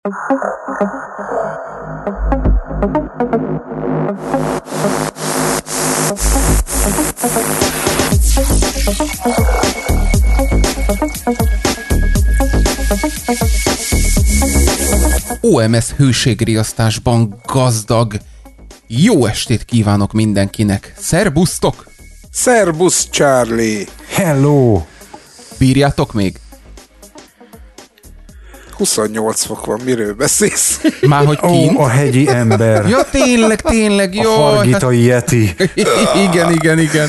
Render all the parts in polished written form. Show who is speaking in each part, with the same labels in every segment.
Speaker 1: OMS hőségriasztásban gazdag jó estét kívánok mindenkinek. Szerbusztok!
Speaker 2: Szerbusz, Charlie!
Speaker 3: Hello!
Speaker 1: Bírjátok még?
Speaker 2: 28 fok van, miről beszélsz?
Speaker 1: Már hogy kint?
Speaker 3: A hegyi ember.
Speaker 1: Ja, tényleg, jó.
Speaker 3: A hargitai yeti.
Speaker 1: Igen.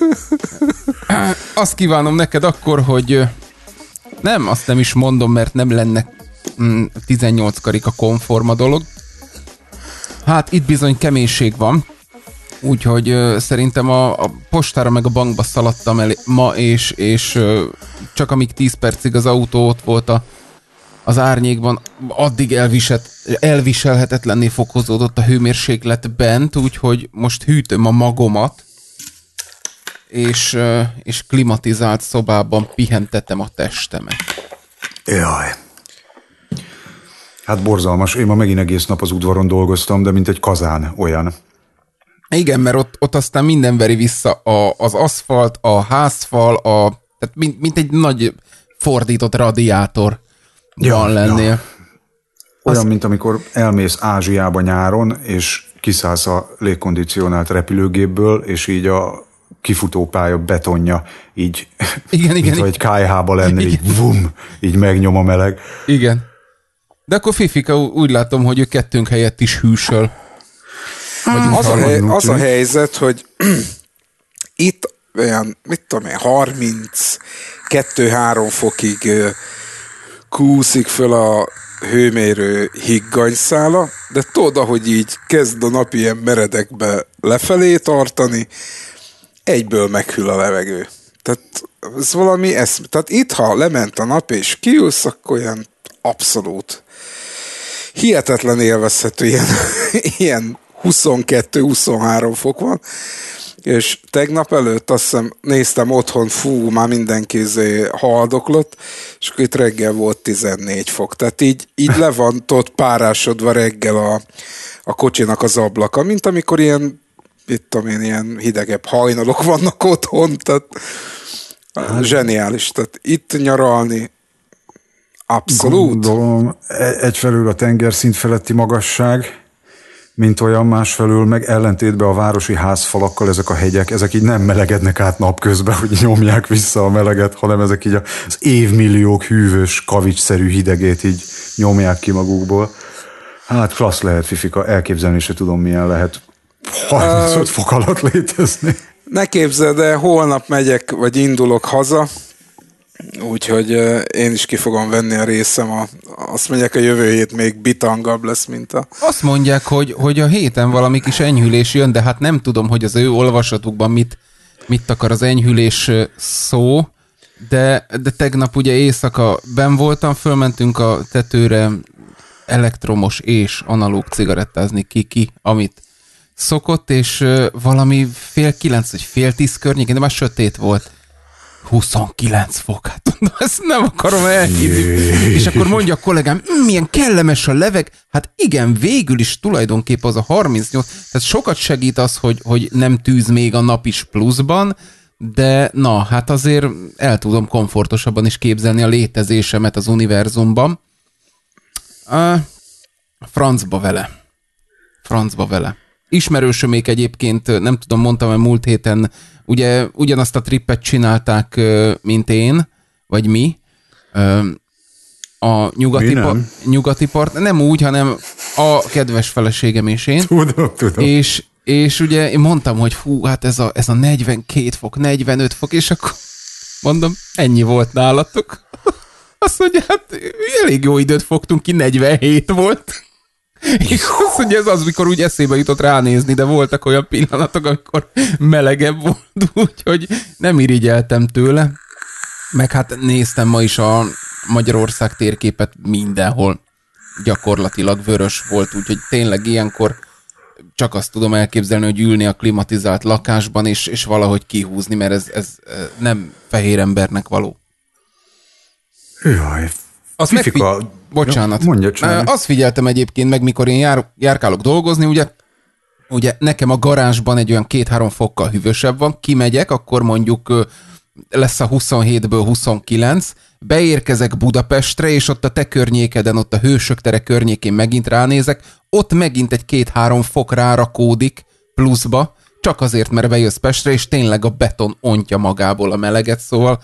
Speaker 1: Azt kívánom neked akkor, hogy azt nem is mondom, mert nem lenne 18 karika konforma dolog. Hát itt bizony keménység van, úgyhogy szerintem a postára meg a bankba szaladtam el ma, és csak amíg 10 percig az autó ott volt az árnyékban, addig elviselhetetlenné fokozódott a hőmérséklet bent, úgyhogy most hűtöm a magomat, és klimatizált szobában pihentetem a testemet.
Speaker 3: Jaj. Hát borzalmas. Én ma megint egész nap az udvaron dolgoztam, de mint egy kazán olyan.
Speaker 1: Igen, mert ott aztán minden veri vissza az aszfalt, a házfal, tehát mint egy nagy fordított radiátor van lennél. Ja.
Speaker 3: Olyan, mint amikor elmész Ázsiába nyáron, és kiszállsz a légkondicionált repülőgépből, és így a kifutópálya betonja így, mintha egy kályhába lenni, így vum, így megnyom a meleg.
Speaker 1: Igen. De akkor Fifika, úgy látom, hogy ő kettőnk helyett is hűsöl.
Speaker 2: Az a helyzet, hogy itt olyan, 32-3 fokig kúszik föl a hőmérő higganyszála, de tudod, ahogy így kezd a nap ilyen meredekbe lefelé tartani, egyből meghűl a levegő. Tehát ez valami tehát itt, ha lement a nap és kiülsz, akkor olyan abszolút hihetetlen élvezhető ilyen 22-23 fok van, és tegnap előtt azt hiszem néztem otthon, már mindenki haldoklott, és akkor itt reggel volt 14 fok. Tehát így le van ott párásodva reggel a kocsinak az ablaka, mint amikor ilyen hidegebb hajnalok vannak otthon, tehát zseniális. Tehát itt nyaralni abszolút.
Speaker 3: Gondolom, egyfelől a tengerszint feletti magasság, mint olyan, másfelől meg ellentétben a városi házfalakkal ezek a hegyek, ezek így nem melegednek át napközben, hogy nyomják vissza a meleget, hanem ezek így az évmilliók hűvös, kavicsszerű hidegét így nyomják ki magukból. Hát klassz lehet, Fifika, elképzelni se tudom, milyen lehet 35 fok alatt létezni.
Speaker 2: Ne képzeld, de holnap megyek, vagy indulok haza, úgyhogy én is ki fogom venni a részem. Azt mondják, a jövő hét még bitangabb lesz, mint a...
Speaker 1: Azt mondják, hogy a héten valami kis enyhülés jön, de hát nem tudom, hogy az ő olvasatukban mit akar az enyhülés szó, de tegnap ugye éjszaka benn voltam, fölmentünk a tetőre elektromos és analóg cigarettázni ki, amit szokott, és valami 8:30 vagy 9:30 környékén, de már sötét volt. 29 fok, hát mondom, ezt nem akarom elhinni. És akkor mondja a kollégám, milyen kellemes a leveg. Hát igen, végül is tulajdonképpen az a 38, tehát sokat segít az, hogy nem tűz még a nap is pluszban, de hát azért el tudom komfortosabban is képzelni a létezésemet az univerzumban. Francba vele. Ismerősömék egyébként, nem tudom, mondtam-e múlt héten, ugye ugyanazt a trippet csinálták, mint én, vagy mi, a nyugati part, nem úgy, hanem a kedves feleségem és én.
Speaker 3: Tudom.
Speaker 1: És ugye én mondtam, hogy hát ez a 42 fok, 45 fok, és akkor mondom, ennyi volt nálatok. Azt mondja, hát elég jó időt fogtunk ki, 47 volt. És azt mondja, ez az, mikor úgy eszébe jutott ránézni, de voltak olyan pillanatok, amikor melegebb volt, úgyhogy nem irigyeltem tőle. Meg hát néztem ma is a Magyarország térképet, mindenhol gyakorlatilag vörös volt, úgyhogy tényleg ilyenkor csak azt tudom elképzelni, hogy ülni a klimatizált lakásban, és valahogy kihúzni, mert ez nem fehér embernek való.
Speaker 3: Jaj,
Speaker 1: Bocsánat.
Speaker 3: Mondja, Csáni.
Speaker 1: Azt figyeltem egyébként meg, mikor én járkálok dolgozni, ugye nekem a garázsban egy olyan 2-3 fokkal hűvösebb van, kimegyek, akkor mondjuk lesz a 27-ből 29, beérkezek Budapestre, és ott a te környékeden, ott a Hősök tere környékén megint ránézek, ott megint egy 2-3 fok rárakódik pluszba, csak azért, mert bejössz Pestre, és tényleg a beton ontja magából a meleget, szóval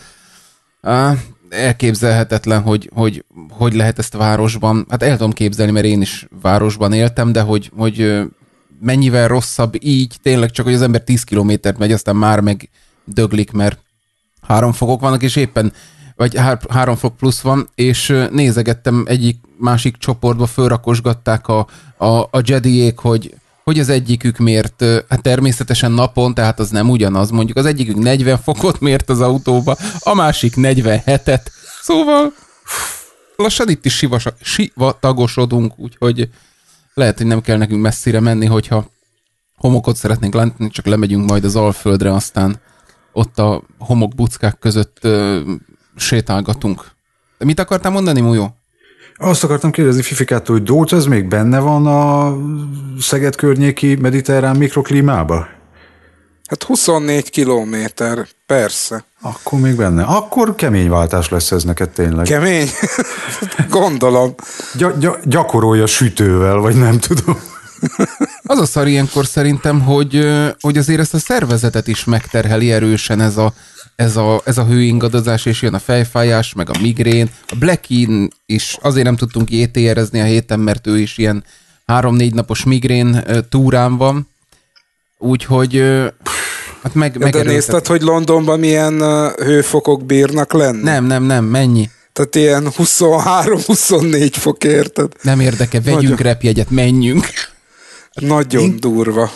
Speaker 1: elképzelhetetlen, hogy lehet ezt a városban, hát el tudom képzelni, mert én is városban éltem, de hogy mennyivel rosszabb így, tényleg csak, hogy az ember 10 kilométert megy, aztán már meg döglik, mert 3 fokok vannak, és éppen, vagy 3 fok plusz van, és nézegettem másik csoportba, fölrakosgatták a Jediék, hogy az egyikük mért, hát természetesen napon, tehát az nem ugyanaz, mondjuk az egyikük 40 fokot mért az autóba, a másik 47-et, szóval lassan itt is sivatagosodunk, úgyhogy lehet, hogy nem kell nekünk messzire menni, hogyha homokot szeretnénk látni, csak lemegyünk majd az Alföldre, aztán ott a homokbuckák között sétálgatunk. De mit akartál mondani, Mújó?
Speaker 3: Azt akartam kérdezni Fifikától, hogy Dóc, ez még benne van a Szeged környéki mediterrán mikroklímába?
Speaker 2: Hát 24 kilométer, persze.
Speaker 3: Akkor még benne. Akkor kemény váltás lesz ez neked tényleg.
Speaker 2: Kemény? Gondolom.
Speaker 3: Gyakorolja sütővel, vagy nem tudom.
Speaker 1: Az a szar ilyenkor szerintem, hogy azért ezt a szervezetet is megterheli erősen ez a hőingadozás, és jön a fejfájás, meg a migrén. A Blackin is azért nem tudtunk JTR-ezni a héten, mert ő is ilyen 3-4 napos migrén túrán van. Úgyhogy hát
Speaker 2: de nézted, hogy Londonban milyen hőfokok bírnak lenni?
Speaker 1: Nem, mennyi?
Speaker 2: Tehát ilyen 23-24 fok, érted?
Speaker 1: Nem érdekel, vegyünk repjegyet, menjünk.
Speaker 2: Nagyon durva.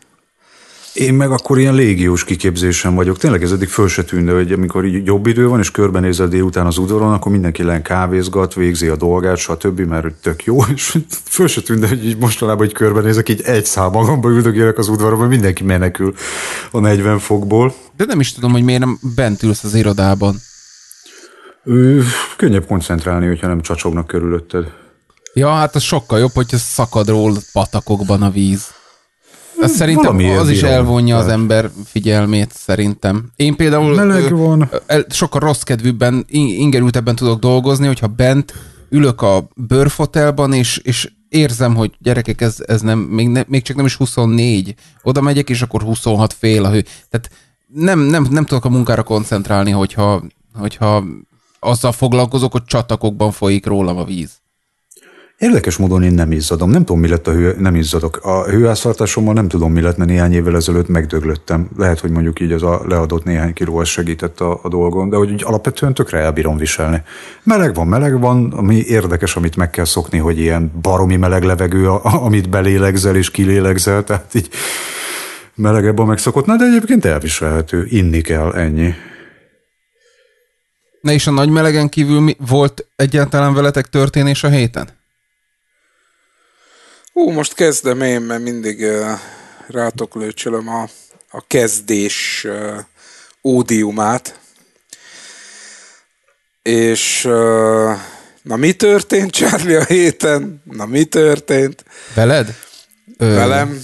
Speaker 3: Én meg akkor ilyen légiós kiképzésen vagyok. Tényleg ez eddig föl se tűnne, hogy amikor így jobb idő van, és körbenézel délután az udvaron, akkor mindenki len kávézgat, végzi a dolgát, stb., mert tök jó, és föl se tűnne, hogy így mostanában így körbenézek, így egy szám magamba üldögélek az udvaron, mert mindenki menekül a 40 fokból.
Speaker 1: De nem is tudom, hogy miért nem bent ülsz az irodában.
Speaker 3: Könnyebb koncentrálni, hogyha nem csacsognak körülötted.
Speaker 1: Ja, hát az sokkal jobb, hogyha szakad róla patakokban a víz. Ez szerintem az is elvonja az ember figyelmét, szerintem. Én például sokkal rossz kedvűbben, ingerültebben tudok dolgozni, hogyha bent ülök a bőrfotelban, és érzem, hogy gyerekek, ez nem, még csak nem is 24. Oda megyek, és akkor 26 fél a hő. Tehát nem tudok a munkára koncentrálni, hogyha azzal foglalkozok, hogy csatakokban folyik rólam a víz.
Speaker 3: Érdekes módon én nem izzadom. Nem tudom, mi lett nem izzadok. A hőászváltásommal nem tudom, mi lett, mert néhány évvel ezelőtt megdöglöttem. Lehet, hogy mondjuk így az a leadott néhány kiló az segített a dolgon, de hogy úgy alapvetően tökre elbírom viselni. Meleg van, ami érdekes, amit meg kell szokni, hogy ilyen baromi meleg levegő, amit belélegzel és kilélegzel, tehát így melegebb a megszokott. Na, de egyébként elviselhető. Inni kell, ennyi.
Speaker 1: Na és a nagy melegen kívül volt egyáltalán veletek történés a héten?
Speaker 2: Most kezdem én, mert mindig rátok lőcsölöm a kezdés ódiumát. És na mi történt, Charlie, a héten? Na mi történt?
Speaker 1: Veled?
Speaker 2: Velem?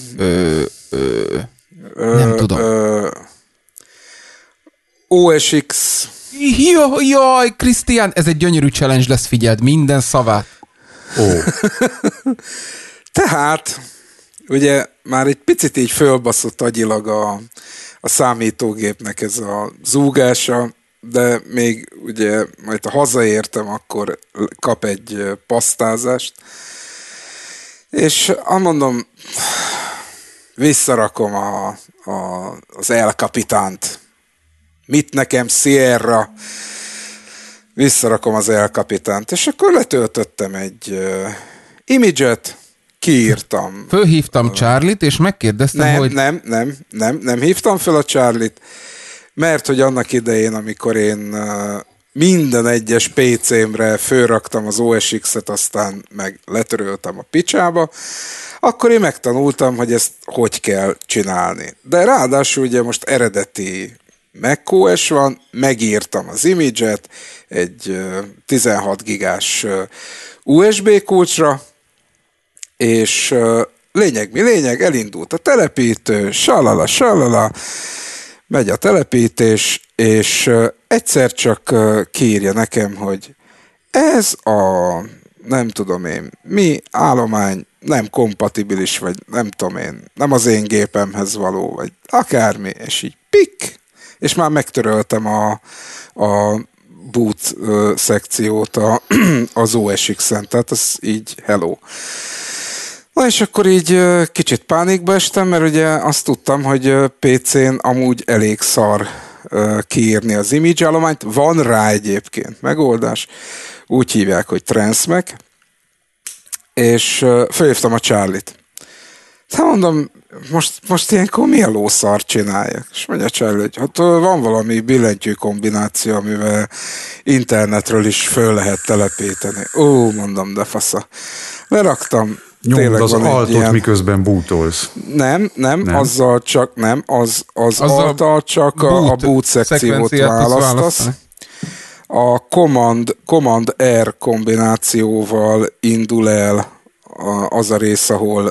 Speaker 1: Nem tudom.
Speaker 2: OSX.
Speaker 1: Jaj, Krisztián, ez egy gyönyörű challenge lesz, figyeld, minden szavát.
Speaker 2: Tehát, ugye már egy picit így fölbaszott agyilag a számítógépnek ez a zúgása, de még ugye majd ha hazaértem, akkor kap egy pasztázást, és mondom, visszarakom az El Capitánt. Mit nekem, Sierra? Visszarakom az El Capitánt, és akkor letöltöttem egy image-et, kiírtam.
Speaker 1: Fölhívtam Charlie-t, és megkérdeztem, hogy...
Speaker 2: Nem hívtam fel a Charlie-t, mert hogy annak idején, amikor én minden egyes PC-mre fölraktam az OSX-et, aztán meg letöröltem a picsába, akkor én megtanultam, hogy ezt hogy kell csinálni. De ráadásul ugye most eredeti macOS van, megírtam az image-et egy 16 gigás USB kulcsra, és lényeg, elindult a telepítő, salala, megy a telepítés, és egyszer csak kiírja nekem, hogy ez a nem tudom én mi állomány nem kompatibilis, vagy nem tudom én, nem az én gépemhez való, vagy akármi, és így pik, és már megtöröltem a boot szekciót az OS X-en, tehát az így hello. Na és akkor így kicsit pánikba estem, mert ugye azt tudtam, hogy PC-n amúgy elég szar kiírni az image állományt. Van rá egyébként megoldás, úgy hívják, hogy Transmac, és felhívtam a Charlie-t. Hát mondom, most ilyenkor mi a lószar csináljak? És mondja Charlie, hogy hát van valami billentyű kombináció, amivel internetről is föl lehet telepíteni. Ó, mondom, de fasza. Leraktam.
Speaker 3: Nyomd az altot, ilyen... miközben bootolsz.
Speaker 2: Nem, azzal csak nem, az altal csak a boot szekciót választasz. A Command R kombinációval indul el az a rész, ahol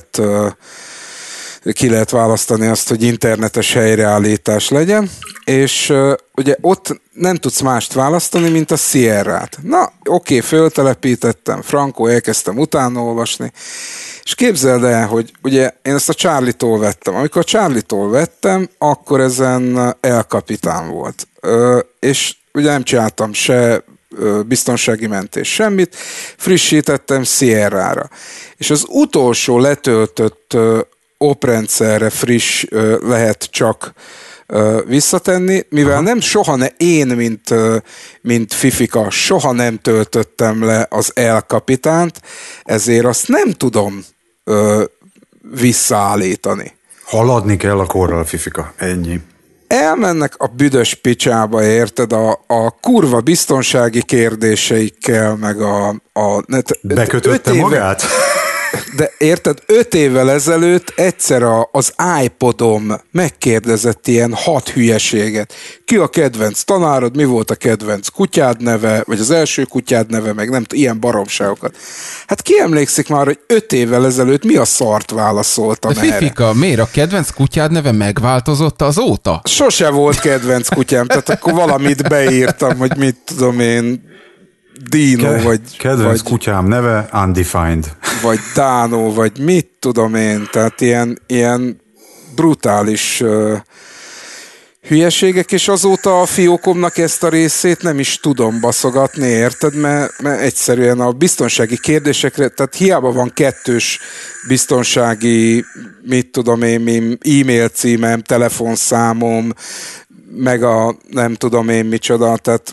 Speaker 2: ki lehet választani azt, hogy internetes helyreállítás legyen, és ugye ott nem tudsz mást választani, mint a Sierra-t. Na, oké, föltelepítettem, Franco, elkezdtem utána olvasni, és képzeld el, hogy ugye én ezt a Charlie-tól vettem. Amikor a Charlie-tól vettem, akkor ezen El Capitan volt. És ugye nem csináltam se biztonsági mentés, semmit, frissítettem Sierra-ra. És az utolsó letöltött oprendszerre friss lehet csak visszatenni, mivel nem én, mint fifika, soha nem töltöttem le az El Capitánt, ezért azt nem tudom visszaállítani.
Speaker 3: Haladni kell a korral, fifika, ennyi.
Speaker 2: Elmennek a büdös picsába, érted, a kurva biztonsági kérdéseikkel, meg
Speaker 3: bekötötte magát?
Speaker 2: De érted, 5 évvel ezelőtt egyszer az iPodom megkérdezett ilyen 6 hülyeséget. Ki a kedvenc tanárod, mi volt a kedvenc kutyád neve, vagy az első kutyád neve, meg nem tudom, ilyen baromságokat. Hát ki emlékszik már, hogy 5 évvel ezelőtt mi a szart válaszoltam erre?
Speaker 1: De fifika, miért a kedvenc kutyád neve megváltozott azóta?
Speaker 2: Sose volt kedvenc kutyám, tehát akkor valamit beírtam, hogy mit tudom én, Dino, vagy...
Speaker 3: Kedvenc kutyám neve undefined.
Speaker 2: Vagy Dánó, vagy mit tudom én, tehát ilyen brutális hülyeségek, és azóta a fiókomnak ezt a részét nem is tudom baszogatni, érted? Mert egyszerűen a biztonsági kérdésekre, tehát hiába van 2 biztonsági, mit tudom én, e-mail címem, telefonszámom, meg a nem tudom én micsoda, tehát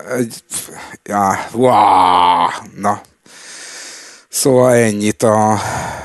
Speaker 2: na. Szóval ennyit a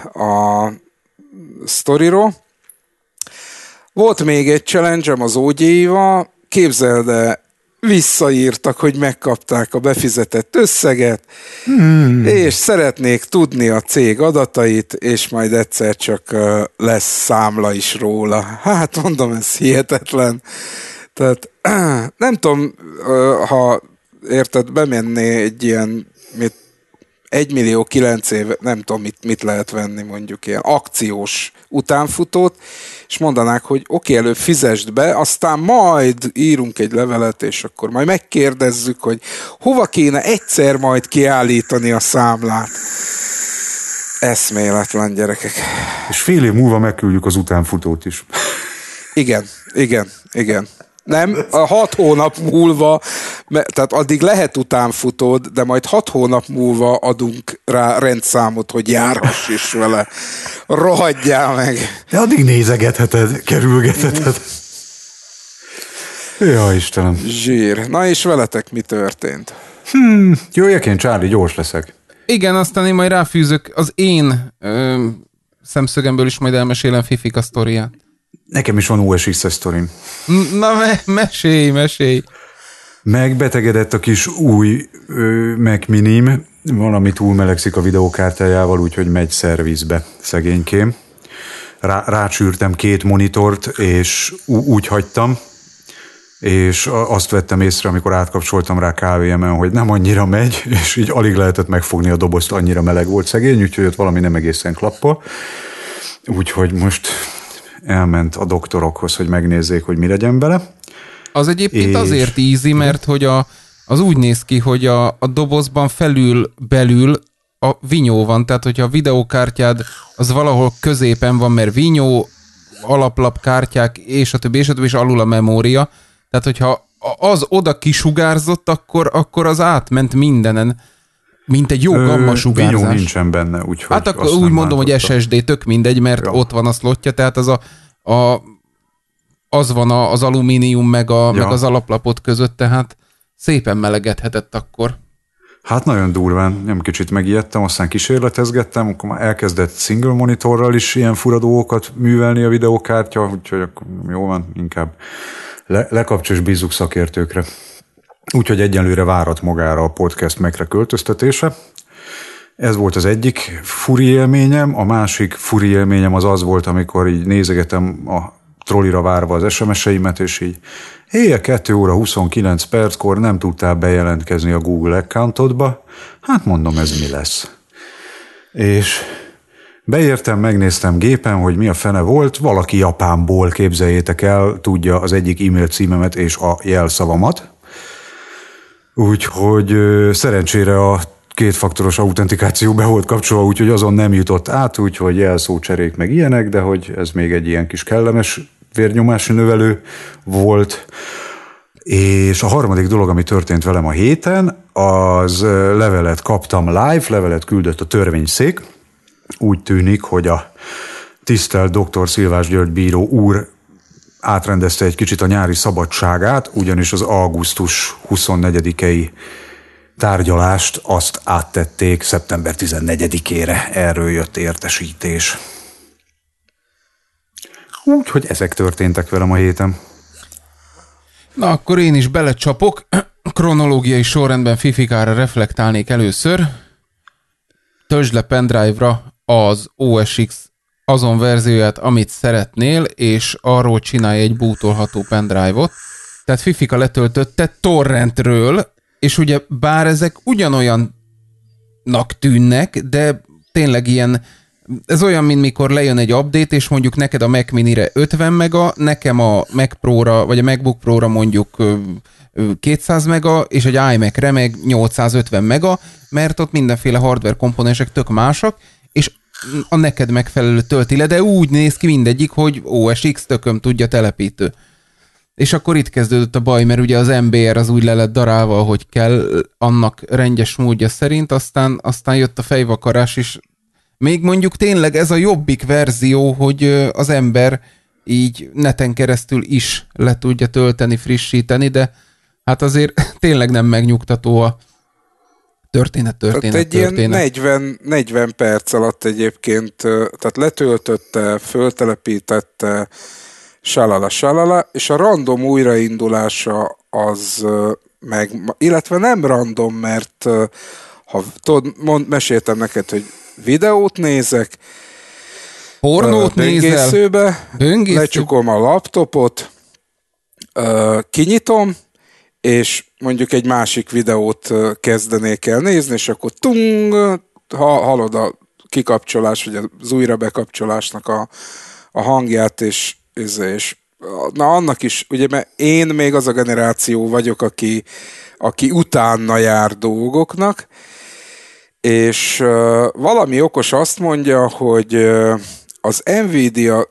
Speaker 2: sztoriról. Volt még egy challenge-em az OG-val, képzeld el, visszaírtak, hogy megkapták a befizetett összeget, és szeretnék tudni a cég adatait, és majd egyszer csak lesz számla is róla. Hát mondom, ez hihetetlen. Tehát nem tudom, ha érted, bemenné egy ilyen 1.009.000 éve, nem tudom, mit lehet venni, mondjuk ilyen akciós utánfutót, és mondanák, hogy oké, előbb fizesd be, aztán majd írunk egy levelet, és akkor majd megkérdezzük, hogy hova kéne egyszer majd kiállítani a számlát. Eszméletlen, gyerekek.
Speaker 3: És fél év múlva megküldjük az utánfutót is.
Speaker 2: Igen. Nem, 6 hónap múlva, tehát addig lehet utánfutód, de majd 6 hónap múlva adunk rá rendszámot, hogy járhass is vele. Rohadjál meg!
Speaker 3: De addig nézegetheted, kerülgetheted. Ja, Istenem.
Speaker 2: Zsír. Na és veletek mi történt?
Speaker 3: Jöjjek én, Charlie, gyors leszek.
Speaker 1: Igen, aztán én majd ráfűzök az én szemszögemből is majd elmesélem Fifika sztoriát.
Speaker 3: Nekem is van OS X-es sztorim.
Speaker 1: Na, mesélj!
Speaker 3: Megbetegedett a kis új Mac Minim, valami túlmelegszik a videókártyájával, úgyhogy megy szervizbe, szegénykém. Rácsűrtem 2 monitort, és úgy hagytam, és azt vettem észre, amikor átkapcsoltam rá KVM-en, hogy nem annyira megy, és így alig lehetett megfogni a dobozt, annyira meleg volt szegény, úgyhogy ott valami nem egészen klappol. Úgyhogy most elment a doktorokhoz, hogy megnézzék, hogy mi legyen vele.
Speaker 1: Az egyébként azért easy, mert hogy az úgy néz ki, hogy a dobozban belül a vinyó van, tehát hogyha a videókártyád az valahol középen van, mert vinyó, alaplap, kártyák, és a többi, és alul a memória. Tehát, hogyha az oda kisugárzott, akkor az átment mindenen, mint egy jó gamma sugárzás.
Speaker 3: Vinyó nincsen benne, úgyhogy...
Speaker 1: Hát akkor úgy mondom, hogy SSD, tök mindegy, mert ott van a szlotja, tehát az van az alumínium meg az alaplapot között, tehát szépen melegedhetett akkor.
Speaker 3: Hát nagyon durván, nem kicsit megijedtem, aztán kísérletezgettem, akkor már elkezdett single monitorral is ilyen fura dolgokat művelni a videókártya, úgyhogy akkor jó van, inkább lekapcs és bízzuk szakértőkre. Úgyhogy egyenlőre várat magára a podcast Mac-re költöztetése. Ez volt az egyik furi élményem, a másik furi élményem az volt, amikor így nézegetem a trollira várva az SMS-eimet, és így éjjel 2 óra 29 perckor nem tudtál bejelentkezni a Google accountodba. Hát mondom, ez mi lesz. És beértem, megnéztem gépen, hogy mi a fene volt. Valaki Japánból, képzeljétek el, tudja az egyik e-mail címemet és a jelszavamat. Úgyhogy szerencsére a kétfaktoros autentikáció be volt kapcsolva, úgyhogy azon nem jutott át, úgyhogy jelszócserék meg ilyenek, de hogy ez még egy ilyen kis kellemes vérnyomási növelő volt. És a harmadik dolog, ami történt velem a héten, az levelet kaptam live, levelet küldött a törvényszék. Úgy tűnik, hogy a tisztelt dr. Szilvás György bíró úr átrendezte egy kicsit a nyári szabadságát, ugyanis az augusztus 24-i tárgyalást azt áttették szeptember 14-ére, erről jött értesítés. Úgyhogy ezek történtek velem a héten.
Speaker 1: Na, akkor én is belecsapok. Kronológiai sorrendben Fifikára reflektálnék először. Töltsd le pendrive-ra az OS X azon verzióját, amit szeretnél, és arról csinálj egy bootolható pendrive-ot. Tehát Fifika letöltötte torrentről, és ugye bár ezek ugyanolyannak tűnnek, de tényleg ilyen, ez olyan, mint mikor lejön egy update, és mondjuk neked a Mac Mini-re 50 mega, nekem a Mac Pro-ra, vagy a MacBook Pro-ra mondjuk 200 mega, és egy iMac-re meg 850 mega, mert ott mindenféle hardware komponensek tök másak, és a neked megfelelő tölti le, de úgy néz ki mindegyik, hogy OS X tököm tudja telepítő. És akkor itt kezdődött a baj, mert ugye az MBR az úgy le lett darálva, ahogy kell, annak rendes módja szerint, aztán jött a fejvakarás is. Még mondjuk tényleg ez a jobbik verzió, hogy az ember így neten keresztül is le tudja tölteni, frissíteni, de hát azért tényleg nem megnyugtató a történet.
Speaker 2: Tehát egy ilyen 40 perc alatt egyébként, tehát letöltötte, föltelepítette, salala, és a random újraindulása az illetve nem random, mert ha meséltem neked, hogy videót nézek,
Speaker 1: pornót nézel,
Speaker 2: lecsukom a laptopot, kinyitom, és mondjuk egy másik videót kezdenék el nézni, és akkor hallod a kikapcsolás, vagy az újra bekapcsolásnak a hangját, és na annak is, ugye mert én még az a generáció vagyok, aki utána jár dolgoknak, és valami okos azt mondja, hogy az Nvidia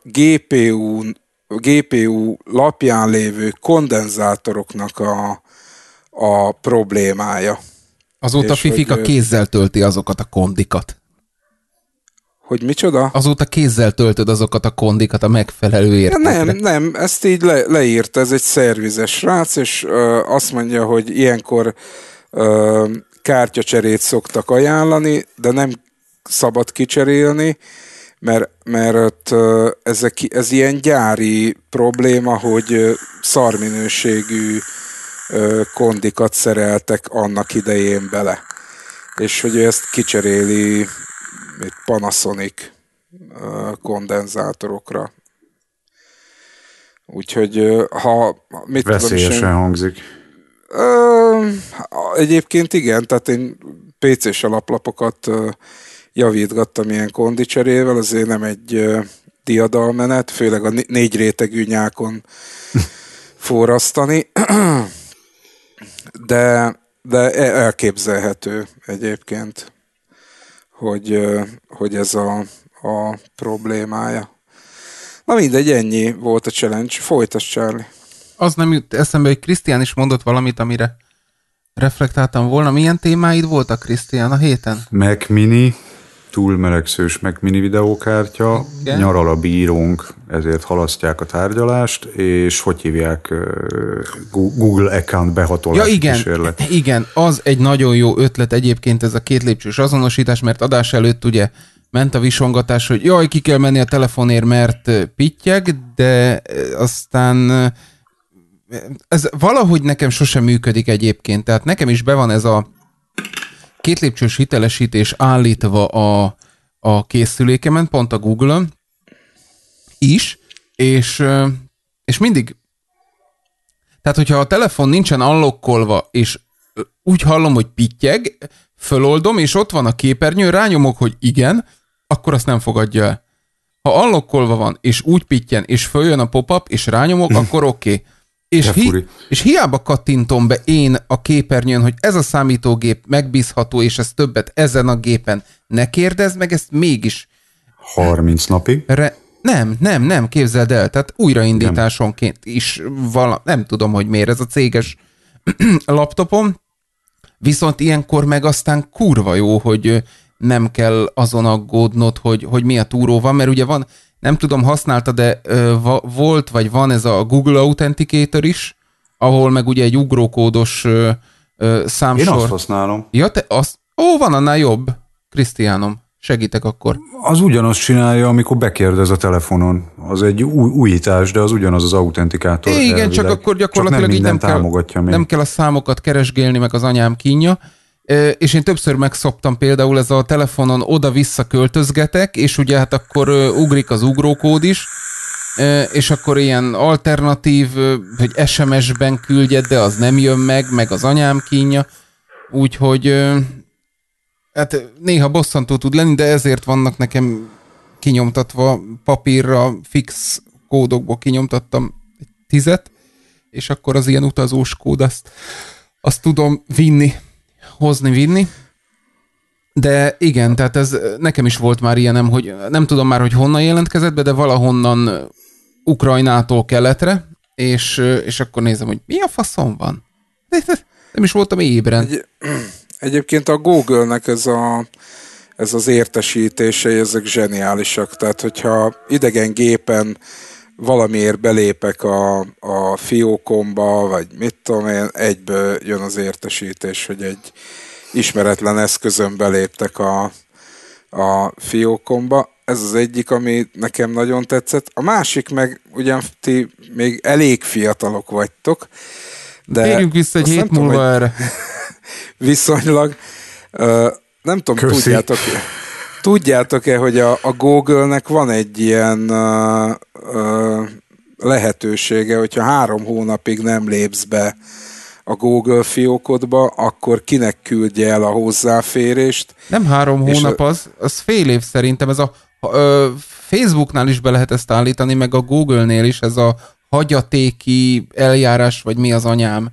Speaker 2: GPU lapján lévő kondenzátoroknak a problémája.
Speaker 1: Azóta Fifika kézzel tölti azokat a kondikat.
Speaker 2: Hogy micsoda?
Speaker 1: Azóta kézzel töltöd azokat a kondikat a megfelelő értékre.
Speaker 2: Nem, ezt így leírta, ez egy szervizes srác, és azt mondja, hogy ilyenkor kártyacserét szoktak ajánlani, de nem szabad kicserélni, mert ez ilyen gyári probléma, hogy szarminőségű kondikat szereltek annak idején bele. És hogy ő ezt kicseréli Panasonic kondenzátorokra. Úgyhogy ha...
Speaker 3: Veszélyesen hangzik.
Speaker 2: Egyébként igen, tehát én PC-s alaplapokat javítgattam ilyen kondicserével, azért nem egy diadalmenet, főleg a 4 rétegű nyákon forrasztani, de elképzelhető egyébként, hogy ez a problémája. Na mindegy, ennyi volt a challenge. Folytasd, Charlie.
Speaker 1: Az nem jut eszembe, hogy Krisztián is mondott valamit, amire reflektáltam volna. Milyen témáid voltak, Krisztián, a héten?
Speaker 3: Mac Mini, túl melegszős Mac Mini videókártya, igen. Nyaral a bírónk, ezért halasztják a tárgyalást, és hogy hívják, Google account behatolási kísérlet.
Speaker 1: Igen, az egy nagyon jó ötlet egyébként ez a 2 lépcsős azonosítás, mert adás előtt ugye ment a visongatás, hogy jaj, ki kell menni a telefonért, mert pittyeg, de aztán ez valahogy nekem sosem működik egyébként. Tehát nekem is be van ez a 2 lépcsős hitelesítés állítva a készülékemen, pont a Google-on is, és mindig, tehát hogyha a telefon nincsen unlockolva, és úgy hallom, hogy pittyeg, föloldom, és ott van a képernyő, rányomok, hogy igen, akkor azt nem fogadja el. Ha unlockolva van, és úgy pittyen, és följön a pop-up, és rányomok, akkor oké. És hiába kattintom be én a képernyőn, hogy ez a számítógép megbízható, és ez többet ezen a gépen ne kérdezz meg, ezt mégis...
Speaker 3: 30 napig?
Speaker 1: Nem, képzeld el, tehát újraindításonként is nem tudom, hogy miért ez a céges laptopom, viszont ilyenkor meg aztán kurva jó, hogy nem kell azon aggódnod, hogy mi a túró van, mert ugye van, nem tudom, használta, de volt, vagy van ez a Google Authenticator is, ahol meg ugye egy ugrókódos számsor.
Speaker 3: Én azt használom.
Speaker 1: Ja, te azt? Van annál jobb. Krisztiánom, segítek akkor.
Speaker 3: Az ugyanazt csinálja, amikor bekérdez a telefonon. Az egy újítás, de az ugyanaz az autentikátor.
Speaker 1: Igen, elvileg. Csak akkor gyakorlatilag így nem kell a számokat keresgélni, meg az anyám kínja. És én többször megszoptam például ez a telefonon oda-vissza költözgetek, és ugye hát akkor ugrik az ugrókód is, és akkor ilyen alternatív, hogy SMS-ben küldjed, de az nem jön meg az anyám kínja, úgyhogy hát néha bosszantó tud lenni, de ezért vannak nekem kinyomtatva papírra, fix kódokból kinyomtattam 10, és akkor az ilyen utazós kód, azt tudom vinni. De igen, tehát ez nekem is volt már ilyenem, hogy nem tudom már, hogy honnan jelentkezett be, de valahonnan Ukrajnától keletre, és akkor nézem, hogy mi a faszom van? Nem is voltam ébren.
Speaker 2: Egyébként a Google-nek ez az értesítései, ezek zseniálisak. Tehát, hogyha idegen gépen valamiért belépek a fiókomba, vagy mit tudom én, egyből jön az értesítés, hogy egy ismeretlen eszközön beléptek a fiókomba. Ez az egyik, ami nekem nagyon tetszett. A másik meg, ugyan ti még elég fiatalok vagytok, de...
Speaker 1: Térjünk vissza egy hét múlva erre.
Speaker 2: Viszonylag, nem tudom, tudjátok-e, hogy a Google-nek van egy ilyen lehetősége, hogyha 3 hónapig nem lépsz be a Google fiókodba, akkor kinek küldje el a hozzáférést.
Speaker 1: Nem 3 hónap az fél év szerintem. Ez a Facebooknál is be lehet ezt állítani, meg a Google-nél is ez a hagyatéki eljárás, vagy mi az anyám?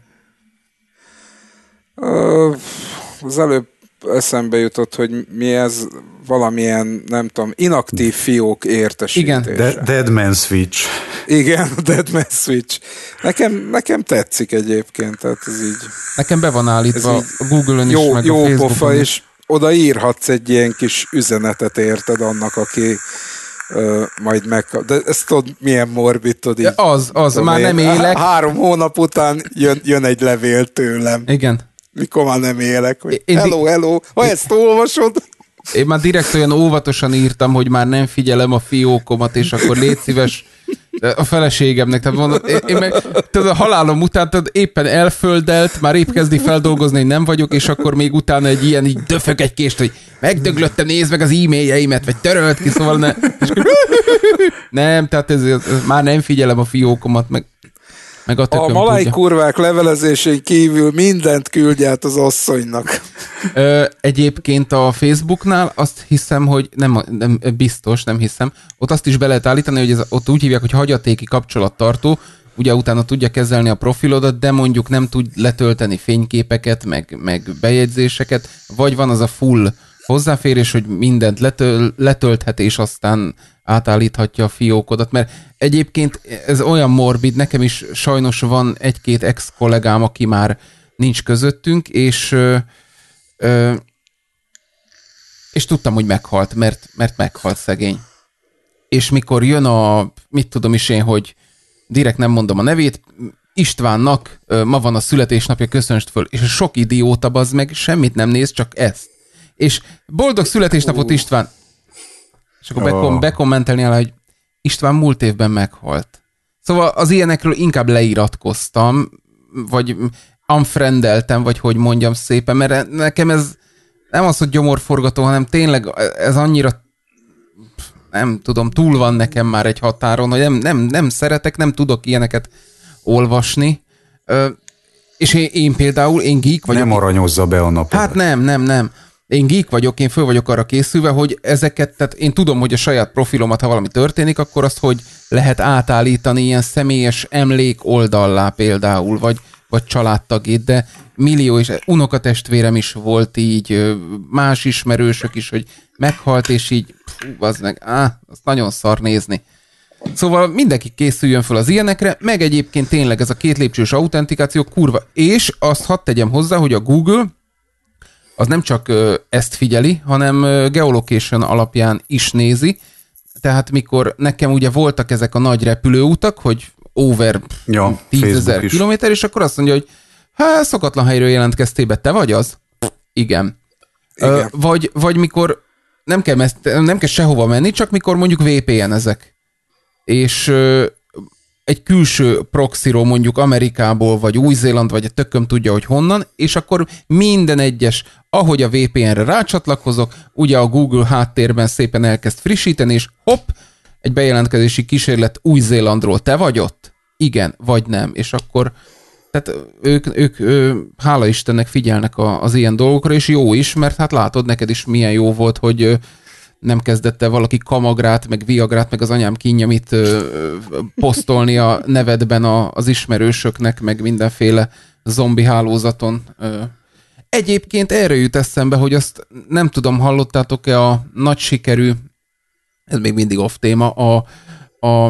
Speaker 2: Az előbb eszembe jutott, hogy mi ez, valamilyen, nem tudom, inaktív fiók értesítése.
Speaker 3: Igen, Dead Man Switch.
Speaker 2: Igen, Dead Man Switch. Nekem tetszik egyébként, tehát ez így...
Speaker 1: Nekem be van állítva a Google-ön is, meg a Facebookon
Speaker 2: pofa, és oda írhatsz egy ilyen kis üzenetet, érted annak, aki majd megkap. De ezt tudod, milyen morbid, tudod így.
Speaker 1: Az, már nem élek.
Speaker 2: 3 hónap után jön egy levél tőlem.
Speaker 1: Igen.
Speaker 2: Mikor már nem élek, hogy hello, ha ezt olvasod.
Speaker 1: Én már direkt olyan óvatosan írtam, hogy már nem figyelem a fiókomat, és akkor légy szíves, A feleségemnek, tehát mondom, én meg, tudod, a halálom után tudod, éppen elföldelt, már épp kezdi feldolgozni, hogy nem vagyok, és akkor még utána egy ilyen, így döfög egy kést, hogy megdöglöttem, nézd meg az e-mailjeimet, vagy törölt ki, szóval ne. És akkor, nem, tehát ez már nem figyelem a fiókomat, meg a tököm.
Speaker 2: A malaj kurvák levelezésén kívül mindent küldj át az asszonynak.
Speaker 1: Egyébként a Facebooknál azt hiszem, hogy nem biztos, nem hiszem, ott azt is be lehet állítani, hogy ott úgy hívják, hogy hagyatéki kapcsolattartó, ugye utána tudja kezelni a profilodat, de mondjuk nem tud letölteni fényképeket, meg bejegyzéseket, vagy van az a full hozzáférés, hogy mindent letölthet, és aztán átállíthatja a fiókodat, mert egyébként ez olyan morbid, nekem is sajnos van egy-két ex-kollégám, aki már nincs közöttünk, és tudtam, hogy meghalt, mert meghalt szegény. És mikor jön mit tudom is én, hogy direkt nem mondom a nevét, Istvánnak ma van a születésnapja, köszönst föl, és sok idióta bazd meg semmit nem néz, csak ezt. És boldog születésnapot István! És akkor bekommentelni alá, hogy István múlt évben meghalt. Szóval az ilyenekről inkább leiratkoztam, vagy unfriendeltem, vagy hogy mondjam szépen, mert nekem ez nem az, hogy gyomorforgató, hanem tényleg ez annyira, nem tudom, túl van nekem már egy határon, hogy nem szeretek, nem tudok ilyeneket olvasni. És én például, én geek vagyok.
Speaker 3: Nem aranyozza be a napot.
Speaker 1: Hát nem. Én geek vagyok, én föl vagyok arra készülve, hogy ezeket, tehát én tudom, hogy a saját profilomat, ha valami történik, akkor azt hogy lehet átállítani ilyen személyes emlék oldallá például, vagy családtagét, de millió és unokatestvérem is volt így, más ismerősök is, hogy meghalt, és így, az meg, azt nagyon szar nézni. Szóval mindenki készüljön fel az ilyenekre, meg egyébként tényleg ez a 2 lépcsős autentikáció kurva, és azt hadd tegyem hozzá, hogy a Google az nem csak ezt figyeli, hanem geolocation alapján is nézi, tehát mikor nekem ugye voltak ezek a nagy repülőutak, hogy over 10 000 kilométer, és akkor azt mondja, hogy szokatlan helyről jelentkeztél be, te vagy az? Igen. Vagy mikor nem kell sehova menni, csak mikor mondjuk VPN-ezek. És egy külső proxyról mondjuk Amerikából, vagy Új-Zéland, vagy a tököm tudja, hogy honnan, és akkor minden egyes, ahogy a VPN-re rácsatlakozok, ugye a Google háttérben szépen elkezd frissíteni, és hopp, egy bejelentkezési kísérlet Új-Zélandról. Te vagy ott? Igen, vagy nem. És akkor, tehát ők hála Istennek figyelnek az ilyen dolgokra, és jó is, mert hát látod, neked is milyen jó volt, hogy nem kezdett el valaki kamagrát, meg viagrát, meg az anyám kínjamit posztolni a nevedben az ismerősöknek, meg mindenféle zombi hálózaton. Egyébként erre jut eszembe, hogy azt nem tudom, hallottátok-e a nagy sikerű, ez még mindig off téma, a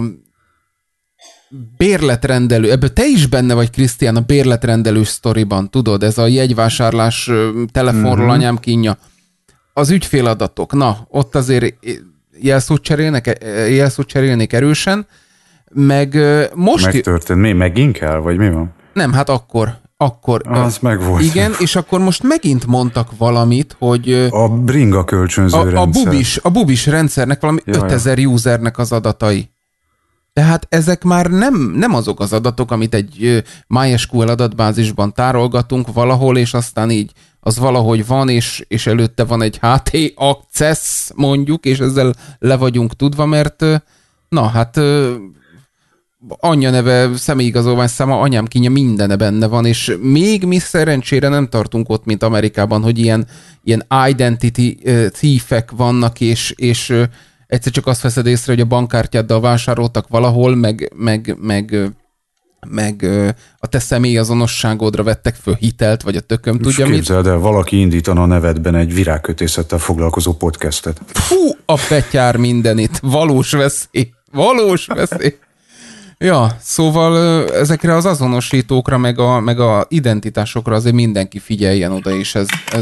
Speaker 1: bérletrendelő, ebből te is benne vagy, Krisztián, a bérletrendelő sztoriban, tudod, ez a jegyvásárlás telefonról anyám kínja. Az ügyféladatok, na, ott azért jelszót cserélnék erősen, meg most...
Speaker 3: Megtörtént, mi megint kell, vagy mi van?
Speaker 1: Nem, hát akkor.
Speaker 3: Az meg volt.
Speaker 1: Igen, és akkor most megint mondtak valamit, hogy...
Speaker 3: A bringa kölcsönző rendszer.
Speaker 1: A bubis rendszernek valami 5000 usernek az adatai. Tehát ezek már nem azok az adatok, amit egy MySQL adatbázisban tárolgatunk valahol, és aztán így az valahogy van, és előtte van egy HT access, mondjuk, és ezzel le vagyunk tudva, mert na hát anyja neve, személyigazolvány száma, anyám kínja, mindene benne van, és még mi szerencsére nem tartunk ott, mint Amerikában, hogy ilyen identity thiefek vannak, és egyszer csak azt veszed észre, hogy a bankkártyáddal vásároltak valahol, meg a te személyazonosságodra vettek föl hitelt, vagy a tököm tudja mit.
Speaker 3: Képzeld el, valaki indítana a nevedben egy virágkötészettel foglalkozó podcastet.
Speaker 1: Fú, a betyár mindenit. Valós veszély. Ja, szóval ezekre az azonosítókra, meg a identitásokra azért mindenki figyeljen oda, és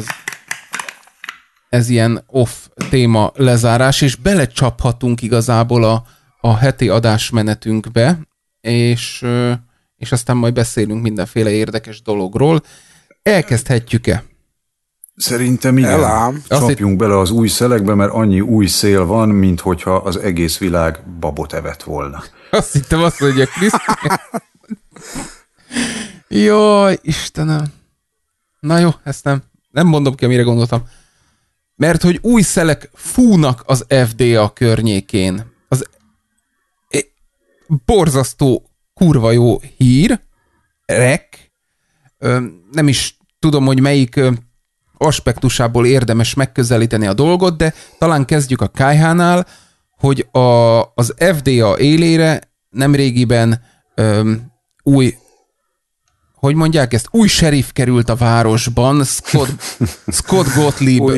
Speaker 1: ez ilyen off téma lezárás, és belecsaphatunk igazából a heti adásmenetünkbe, és aztán majd beszélünk mindenféle érdekes dologról. Elkezdhetjük-e?
Speaker 3: Szerintem igen.
Speaker 2: Elám.
Speaker 3: Csapjunk bele az új szelekbe, mert annyi új szél van, mint hogyha az egész világ babot evett volna.
Speaker 1: Azt hittem azt mondja, Krisztián. Jaj, Istenem. Na jó, ezt nem mondom ki, amire gondoltam. Mert hogy új szelek fúnak az FDA környékén. Az borzasztó kurva jó hír. Nem is tudom, hogy melyik aspektusából érdemes megközelíteni a dolgot, de talán kezdjük a KH-nál, hogy az FDA élére nemrégiben új, hogy mondják ezt, új sheriff került a városban, Scott Gottlieb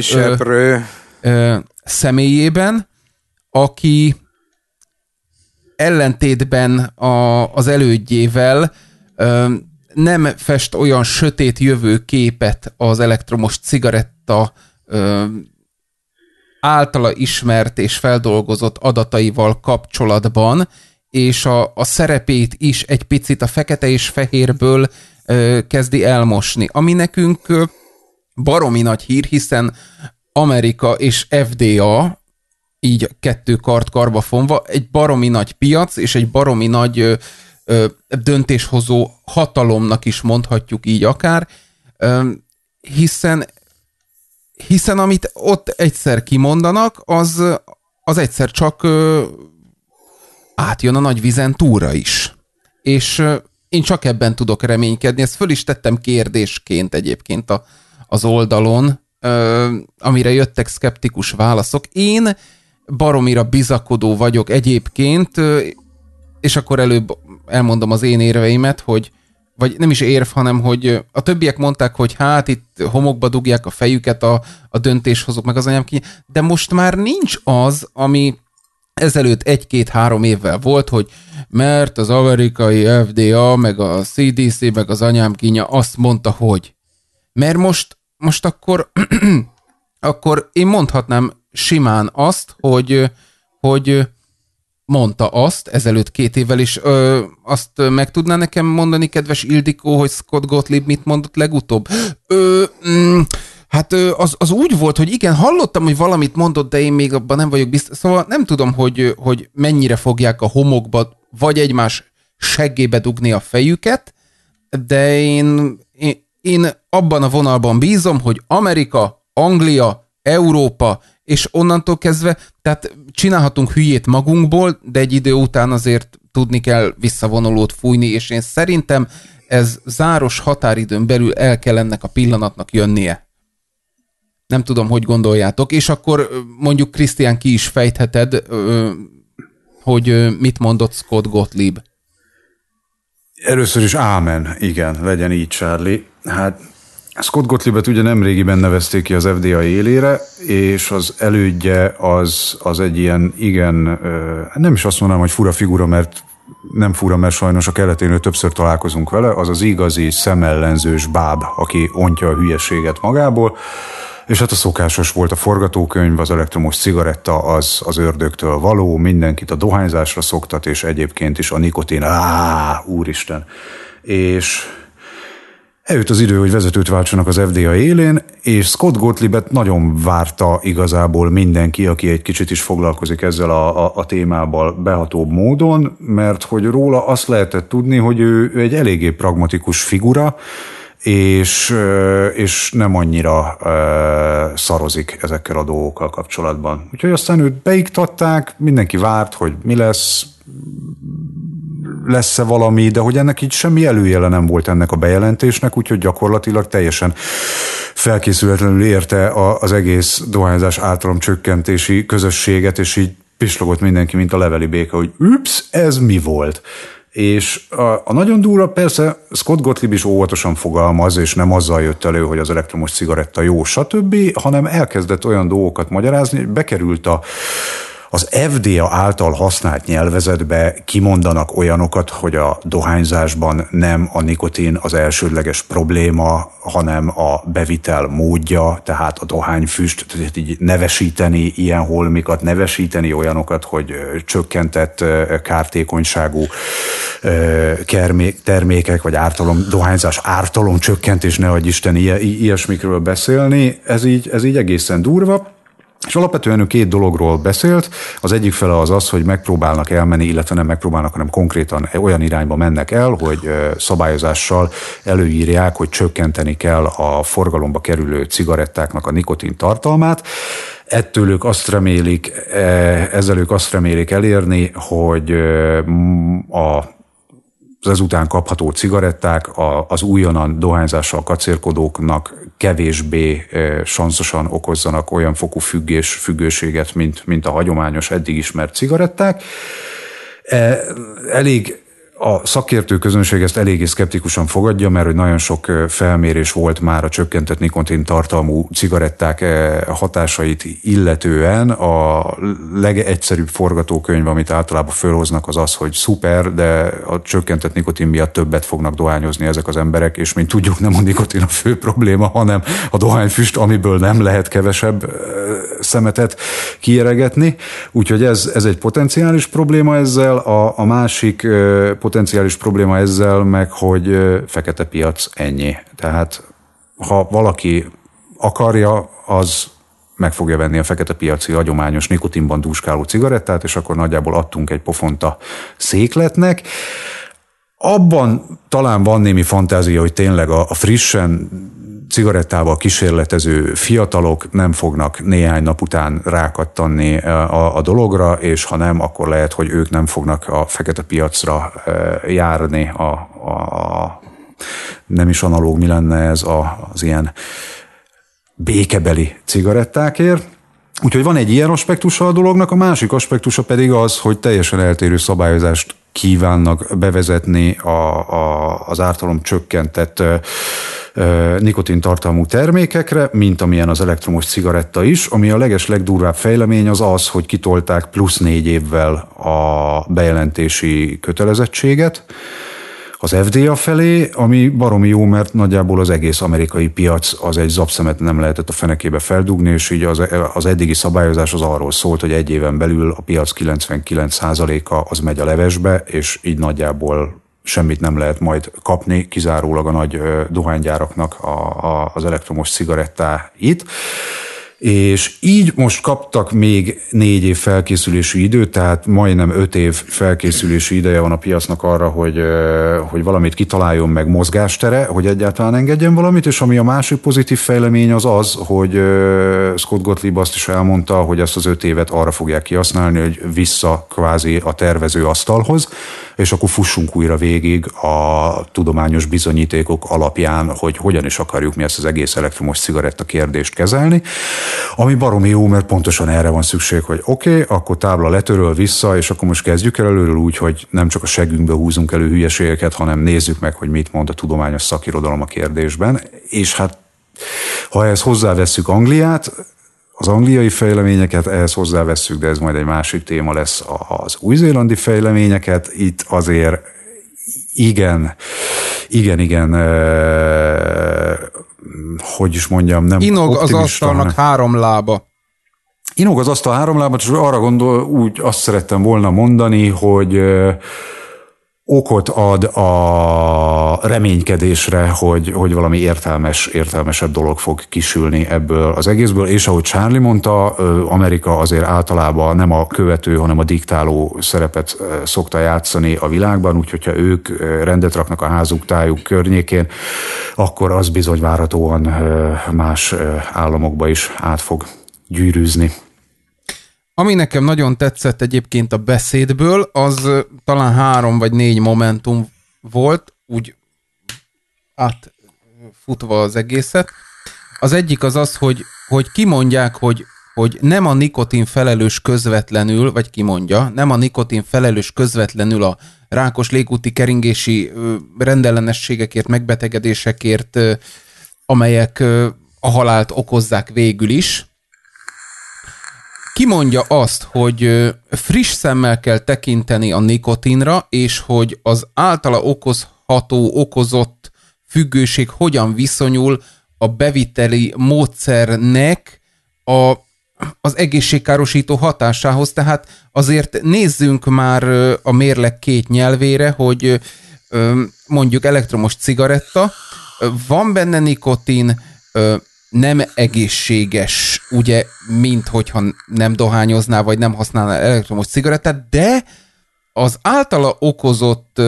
Speaker 1: személyében, aki ellentétben az elődjével nem fest olyan sötét jövő képet az elektromos cigaretta általa ismert és feldolgozott adataival kapcsolatban, és a szerepét is egy picit a fekete és fehérből kezdi elmosni. Ami nekünk baromi nagy hír, hiszen Amerika és FDA, így kettő kard karba fonva, egy baromi nagy piac, és egy baromi nagy döntéshozó hatalomnak is mondhatjuk így akár, hiszen amit ott egyszer kimondanak, az egyszer csak átjön a nagy vízen túlra is. És én csak ebben tudok reménykedni, ezt föl is tettem kérdésként egyébként az oldalon, amire jöttek szkeptikus válaszok. Én baromira bizakodó vagyok egyébként, és akkor előbb elmondom az én érveimet, hogy vagy nem is érv, hanem hogy a többiek mondták, hogy hát itt homokba dugják a fejüket a döntéshozók, meg az anyám ki, de most már nincs az, ami ezelőtt 1-2-3 évvel volt, hogy mert az amerikai FDA, meg a CDC, meg az anyám kínja azt mondta, hogy. Mert most akkor én mondhatnám simán azt, hogy mondta azt ezelőtt 2 évvel is. Azt meg tudná nekem mondani, kedves Ildikó, hogy Scott Gottlieb mit mondott legutóbb? Hát az úgy volt, hogy igen, hallottam, hogy valamit mondott, de én még abban nem vagyok biztos. Szóval nem tudom, hogy mennyire fogják a homokba vagy egymás seggébe dugni a fejüket, de én abban a vonalban bízom, hogy Amerika, Anglia, Európa, és onnantól kezdve, tehát csinálhatunk hülyét magunkból, de egy idő után azért tudni kell visszavonulót fújni, és én szerintem ez záros határidőn belül el kell ennek a pillanatnak jönnie. Nem tudom, hogy gondoljátok, és akkor mondjuk Krisztián ki is fejtheted, hogy mit mondott Scott Gottlieb.
Speaker 3: Először is ámen, igen, legyen így, Charlie. Hát Scott Gottliebet ugye nemrégiben nevezték ki az FDA élére, és az elődje az egy ilyen, igen, nem is azt mondanám, hogy fura figura, mert nem fura, mert sajnos a keleténől többször találkozunk vele, az az igazi szemellenzős báb, aki ontja a hülyeséget magából, és hát a szokásos volt a forgatókönyv, az elektromos cigaretta az ördögtől való, mindenkit a dohányzásra szoktat, és egyébként is a nikotin, úristen. És eljött az idő, hogy vezetőt váltsanak az FDA élén, és Scott Gottliebet nagyon várta igazából mindenki, aki egy kicsit is foglalkozik ezzel a témával behatóbb módon, mert hogy róla azt lehetett tudni, hogy ő egy eléggé pragmatikus figura, és nem annyira szarozik ezekkel a dolgokkal kapcsolatban. Úgyhogy aztán őt beiktatták, mindenki várt, hogy mi lesz-e valami, de hogy ennek így semmi előjele nem volt ennek a bejelentésnek, úgyhogy gyakorlatilag teljesen felkészületlenül érte az egész dohányzás általamcsökkentési közösséget, és így pislogott mindenki, mint a leveli béka, hogy ez mi volt? És a nagyon durva, persze Scott Gottlieb is óvatosan fogalmaz, és nem azzal jött elő, hogy az elektromos cigaretta jó, stb., hanem elkezdett olyan dolgokat magyarázni, hogy bekerült Az FDA által használt nyelvezetbe kimondanak olyanokat, hogy a dohányzásban nem a nikotin az elsődleges probléma, hanem a bevitel módja, tehát a dohányfüst, tehát így nevesíteni ilyen holmikat, nevesíteni olyanokat, hogy csökkentett kártékonyságú termékek, vagy dohányzás ártalom csökkentés, ne adj Isten ilyesmikről beszélni, ez így egészen durva. És alapvetően ő két dologról beszélt. Az egyik fele az, hogy megpróbálnak elmenni, illetve nem megpróbálnak, hanem konkrétan olyan irányba mennek el, hogy szabályozássel előírják, hogy csökkenteni kell a forgalomba kerülő cigarettáknak a nikotin tartalmát. Ezzel ők azt remélik elérni, hogy az ezután kapható cigaretták az újonnan dohányzással kacérkodóknak kevésbé sanszosan okozzanak olyan fokú függőséget, mint a hagyományos, eddig ismert cigaretták. A szakértő közönség ezt eléggé szkeptikusan fogadja, mert hogy nagyon sok felmérés volt már a csökkentett nikotin tartalmú cigaretták hatásait illetően. A legegyszerűbb forgatókönyv, amit általában fölhoznak, az, hogy szuper, de a csökkentett nikotin miatt többet fognak dohányozni ezek az emberek, és mint tudjuk, nem a nikotin a fő probléma, hanem a dohányfüst, amiből nem lehet kevesebb szemetet kieregetni. Úgyhogy ez egy potenciális probléma ezzel. A másik potenciális probléma ezzel meg, hogy fekete piac, ennyi. Tehát ha valaki akarja, az meg fogja venni a fekete piaci hagyományos nikotinban dúskáló cigarettát, és akkor nagyjából adtunk egy pofont a székletnek. Abban talán van némi fantázia, hogy tényleg a frissen cigarettával kísérletező fiatalok nem fognak néhány nap után rákattanni a dologra, és ha nem, akkor lehet, hogy ők nem fognak a fekete piacra járni. Nem is analóg, mi lenne ez az ilyen békebeli cigarettákért. Úgyhogy van egy ilyen aspektusa a dolognak, a másik aspektusa pedig az, hogy teljesen eltérő szabályozást kívánnak bevezetni az ártalom csökkentett nikotintartalmú termékekre, mint amilyen az elektromos cigaretta is, ami a legdurvább fejlemény az, hogy kitolták plusz 4 évvel a bejelentési kötelezettséget az FDA felé, ami baromi jó, mert nagyjából az egész amerikai piac az egy zapszemet nem lehetett a fenekébe feldugni, és így az eddigi szabályozás az arról szólt, hogy egy éven belül a piac 99%-a az megy a levesbe, és így nagyjából semmit nem lehet majd kapni, kizárólag a nagy dohánygyáraknak az elektromos cigarettáit. És így most kaptak még 4 év felkészülési időt, tehát majdnem 5 év felkészülési ideje van a piacnak arra, hogy valamit kitaláljon, meg mozgástere, hogy egyáltalán engedjen valamit, és ami a másik pozitív fejlemény az, hogy Scott Gottlieb azt is elmondta, hogy ezt az 5 évet arra fogják kihasználni, hogy vissza kvázi a tervező asztalhoz, és akkor fussunk újra végig a tudományos bizonyítékok alapján, hogy hogyan is akarjuk mi ezt az egész elektromos cigaretta kérdést kezelni. Ami baromi jó, mert pontosan erre van szükség, hogy oké, akkor tábla letöröl vissza, és akkor most kezdjük el előről úgy, hogy nem csak a seggünkbe húzunk elő hülyeségeket, hanem nézzük meg, hogy mit mond a tudományos szakirodalom a kérdésben. És hát, ha ehhez hozzávesszük Angliát, az angliai fejleményeket, ehhez hozzávesszük, de ez majd egy másik téma lesz, az új-zélandi fejleményeket, itt azért igen, hogy is mondjam, nem
Speaker 1: inog az asztalnak 3 lába.
Speaker 3: Inog az asztal 3 lába, és arra azt szerettem volna mondani, hogy okot ad a reménykedésre, hogy valami értelmesebb dolog fog kisülni ebből az egészből, és ahogy Charlie mondta, Amerika azért általában nem a követő, hanem a diktáló szerepet szokta játszani a világban, úgyhogy ha ők rendet raknak a házuk, tájuk környékén, akkor az bizony várhatóan más államokba is át fog gyűrűzni.
Speaker 1: Ami nekem nagyon tetszett egyébként a beszédből, az talán 3 vagy 4 momentum volt, úgy átfutva az egészet. Az egyik az, hogy kimondják, hogy nem a nikotin felelős közvetlenül, vagy kimondja, nem a nikotin felelős közvetlenül a rákos légúti keringési rendellenességekért, megbetegedésekért, amelyek a halált okozzák végül is, kimondja azt, hogy friss szemmel kell tekinteni a nikotinra, és hogy az általa okozott függőség hogyan viszonyul a beviteli módszernek az egészségkárosító hatásához. Tehát azért nézzünk már a mérleg két nyelvére, hogy mondjuk elektromos cigaretta, van benne nikotin, nem egészséges, ugye, mint hogyha nem dohányoznál, vagy nem használnál elektromos cigarettát, de az általa okozott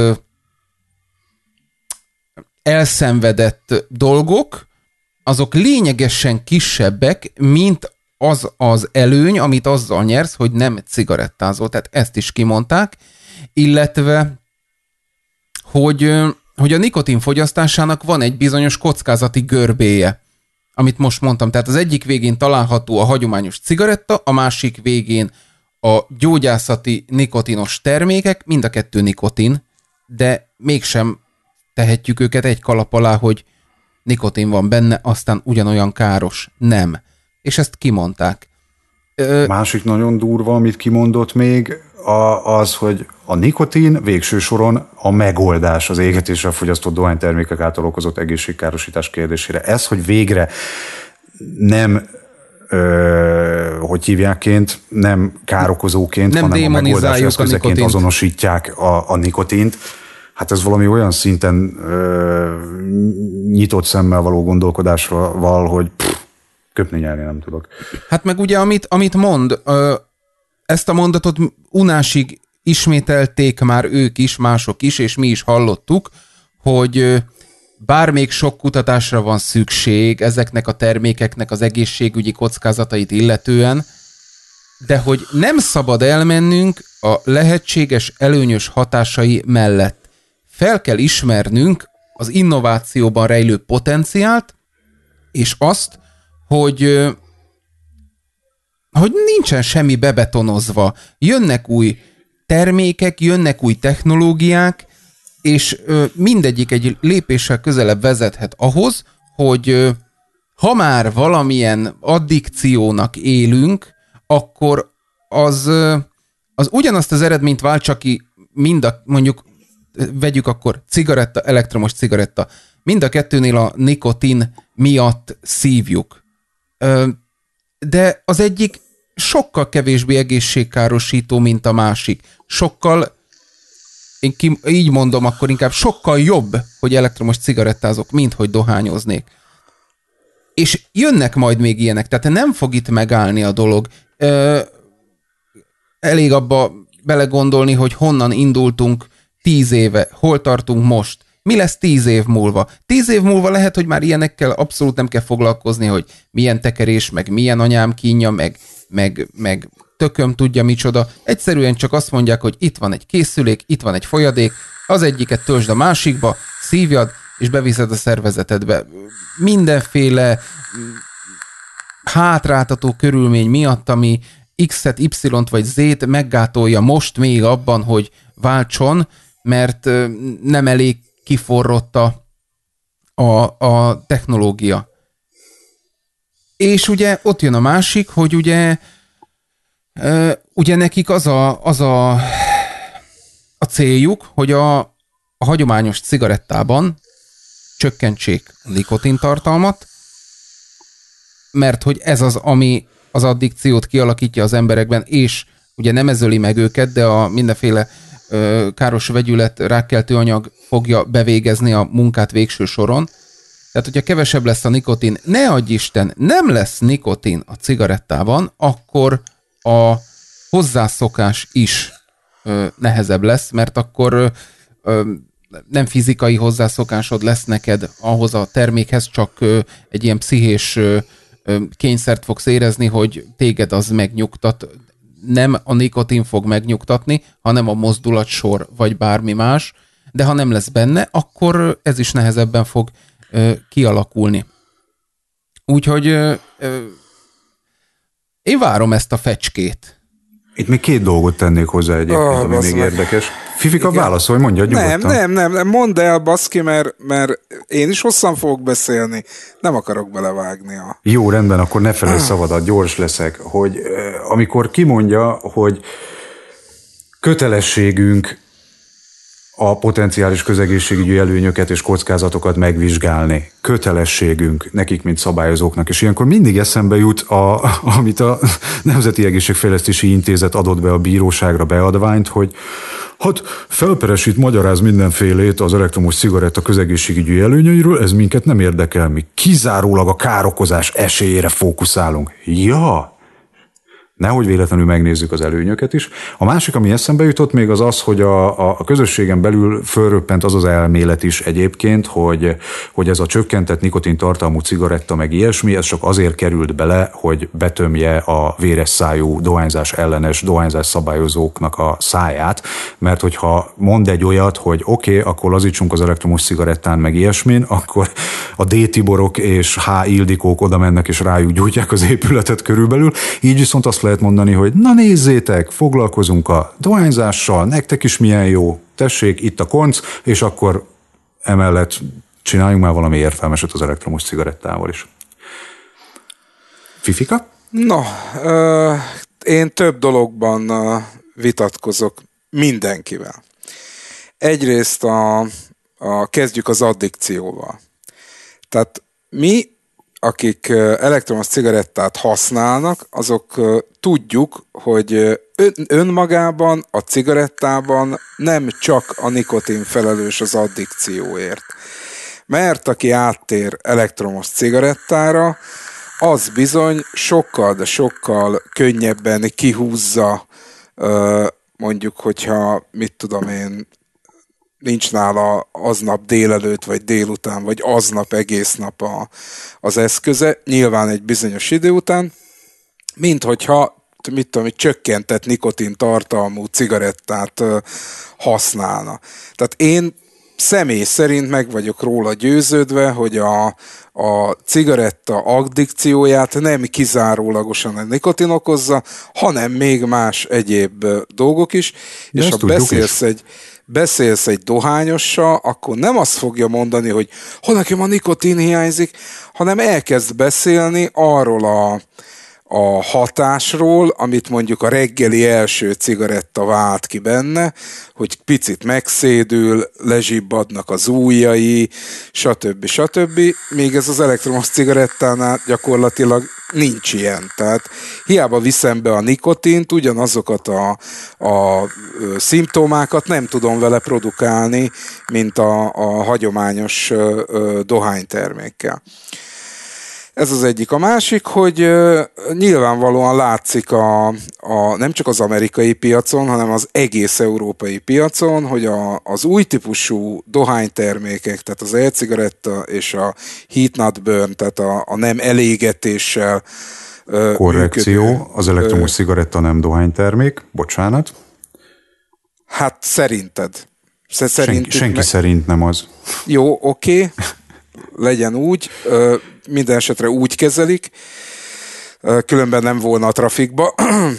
Speaker 1: elszenvedett dolgok, azok lényegesen kisebbek, mint az előny, amit azzal nyersz, hogy nem cigarettázol. Tehát ezt is kimondták, illetve, hogy a nikotin fogyasztásának van egy bizonyos kockázati görbéje, amit most mondtam. Tehát az egyik végén található a hagyományos cigaretta, a másik végén a gyógyászati nikotinos termékek, mind a kettő nikotin, de mégsem tehetjük őket egy kalap alá, hogy nikotin van benne, aztán ugyanolyan káros. Nem. És ezt kimondták.
Speaker 3: Másik nagyon durva, amit kimondott még, az, hogy a nikotin végső soron a megoldás az égetésre fogyasztott dohánytermékek által okozott egészségkárosítás kérdésére. Ez, hogy végre nem hogy hívjákként, nem károkozóként,
Speaker 1: nem
Speaker 3: hanem a megoldás eszközeként azonosítják a nikotint. Hát ez valami olyan szinten nyitott szemmel való gondolkodásról, hogy köpni nyelni nem tudok.
Speaker 1: Hát meg ugye, amit mond, ezt a mondatot unásig ismételték már ők is, mások is, és mi is hallottuk, hogy bár még sok kutatásra van szükség ezeknek a termékeknek az egészségügyi kockázatait illetően, de hogy nem szabad elmennünk a lehetséges előnyös hatásai mellett. Fel kell ismernünk az innovációban rejlő potenciált, és azt, hogy nincsen semmi bebetonozva. Jönnek új termékek, jönnek új technológiák, és mindegyik egy lépéssel közelebb vezethet ahhoz, hogy ha már valamilyen addikciónak élünk, akkor az ugyanazt az eredményt váltsa ki, mondjuk vegyük akkor cigaretta, elektromos cigaretta. Mind a kettőnél a nikotin miatt szívjuk. De az egyik sokkal kevésbé egészségkárosító, mint a másik. Így mondom, akkor inkább sokkal jobb, hogy elektromos cigarettázok, mint hogy dohányoznék. És jönnek majd még ilyenek, tehát nem fog itt megállni a dolog. Elég abba belegondolni, hogy honnan indultunk 10 éve, hol tartunk most. Mi lesz 10 év múlva? 10 év múlva lehet, hogy már ilyenekkel abszolút nem kell foglalkozni, hogy milyen tekerés, meg milyen anyám kínja, meg tököm tudja micsoda. Egyszerűen csak azt mondják, hogy itt van egy készülék, itt van egy folyadék, az egyiket töltsd a másikba, szívjad, és beviszed a szervezetedbe. Mindenféle hátráltató körülmény miatt, ami X-et, Y-t vagy Z-t meggátolja most még abban, hogy váltson, mert nem elég kiforrott a technológia. És ugye ott jön a másik, hogy ugye nekik az a céljuk, hogy a hagyományos cigarettában csökkentsék a nikotintartalmat, mert hogy ez az, ami az addikciót kialakítja az emberekben, és ugye nem ezöli meg őket, de a mindenféle káros vegyület, rákkeltő anyag fogja bevégezni a munkát végső soron. Tehát, hogyha kevesebb lesz a nikotin, ne adj Isten, nem lesz nikotin a cigarettában, akkor a hozzászokás is nehezebb lesz, mert akkor nem fizikai hozzászokásod lesz neked ahhoz a termékhez, csak egy ilyen pszichés kényszert fogsz érezni, hogy téged az megnyugtat. Nem a nikotin fog megnyugtatni, hanem a mozdulatsor, vagy bármi más, de ha nem lesz benne, akkor ez is nehezebben fog kialakulni. Úgyhogy én várom ezt a fecskét.
Speaker 3: Itt még 2 dolgot tennék hozzá egyébként, ami még érdekes. Fifika, válaszolj, mondja nyugodtan.
Speaker 2: Nem, mondd el, baszki, mert én is hosszan fogok beszélni, nem akarok belevágni a...
Speaker 3: Jó, rendben, akkor ne felejtsd szavadat, gyors leszek, hogy amikor kimondja, hogy kötelességünk a potenciális közegészségügyi előnyöket és kockázatokat megvizsgálni. Kötelességünk nekik, mint szabályozóknak. És ilyenkor mindig eszembe jut, amit a Nemzeti Egészségfejlesztési Intézet adott be a bíróságra beadványt, hogy hát felperesít, magyaráz mindenfélét az elektromos cigaretta közegészségügyi előnyeiről, ez minket nem érdekel, mi kizárólag a károkozás esélyére fókuszálunk. Ja! Nehogy véletlenül megnézzük az előnyöket is. A másik, ami eszembe jutott még az, hogy a közösségen belül fölröppent az elmélet is egyébként, hogy ez a csökkentett nikotintartalmú cigaretta meg ilyesmi, ez csak azért került bele, hogy betömje a véres szájú dohányzás ellenes dohányzás szabályozóknak a száját, mert hogyha mond egy olyat, hogy oké, akkor lazítsunk az elektromos cigarettán meg ilyesmin, akkor a D. Tiborok és H. Ildikók oda mennek és rájuk gyújtják az épületet körülbelül, így viszont azt lehet mondani, hogy na nézzétek, foglalkozunk a dohányzással, nektek is milyen jó, tessék, itt a konc, és akkor emellett csináljunk már valami értelmeset az elektromos cigarettával is. Fifika?
Speaker 2: No, én több dologban vitatkozok mindenkivel. Egyrészt kezdjük az addikcióval. Tehát mi, akik elektromos cigarettát használnak, azok tudjuk, hogy önmagában a cigarettában nem csak a nikotin felelős az addikcióért. Mert aki áttér elektromos cigarettára, az bizony sokkal, de sokkal könnyebben kihúzza, mondjuk, hogyha mit tudom én, nincs nála aznap délelőtt, vagy délután, vagy aznap egész nap az eszköze, nyilván egy bizonyos idő után, mint hogyha mit tudom, csökkentett nikotin tartalmú cigarettát használna. Tehát én személy szerint meg vagyok róla győződve, hogy a cigaretta addikcióját nem kizárólagosan a nikotin okozza, hanem még más egyéb dolgok is,
Speaker 3: de
Speaker 2: és ha beszélsz egy dohányossal, akkor nem azt fogja mondani, hogy nekem a nikotin hiányzik, hanem elkezd beszélni arról a hatásról, amit mondjuk a reggeli első cigaretta vált ki benne, hogy picit megszédül, lezsibbadnak az ujjai, stb. Még ez az elektromos cigarettánál gyakorlatilag nincs ilyen. Tehát hiába viszem be a nikotint, ugyanazokat a szimptomákat nem tudom vele produkálni, mint a hagyományos dohánytermékkel. Ez az egyik. A másik, hogy nyilvánvalóan látszik nem csak az amerikai piacon, hanem az egész európai piacon, hogy az új típusú dohánytermékek, tehát az e-cigaretta és a heat not burn, tehát a nem elégetéssel
Speaker 3: korrekció, működő, az elektromos cigaretta nem dohánytermék, bocsánat.
Speaker 2: Hát szerinted.
Speaker 3: Senki szerint nem az.
Speaker 2: Jó, oké. Legyen úgy, minden esetre úgy kezelik, különben nem volna a trafikba.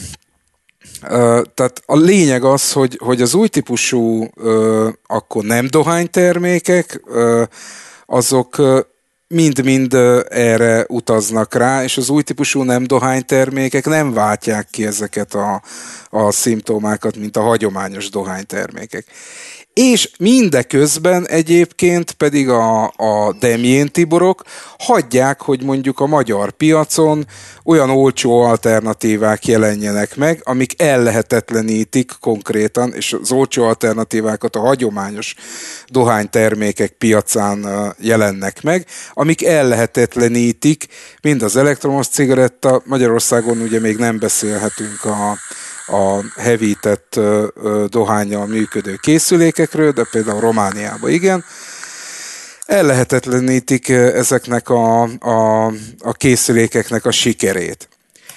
Speaker 2: Tehát a lényeg az, hogy az új típusú akkor nem dohánytermékek, azok mind-mind erre utaznak rá, és az új típusú nem dohánytermékek nem váltják ki ezeket a szimptomákat, mint a hagyományos dohánytermékek. És mindeközben egyébként pedig a Demjén Tiborok hagyják, hogy mondjuk a magyar piacon olyan olcsó alternatívák jelenjenek meg, amik ellehetetlenítik konkrétan, és az olcsó alternatívákat a hagyományos dohánytermékek piacán jelennek meg, amik ellehetetlenítik mind az elektromos cigaretta, Magyarországon ugye még nem beszélhetünk a hevített dohánnyal működő készülékekről, de például Romániában igen, ellehetetlenítik ezeknek a készülékeknek a sikerét.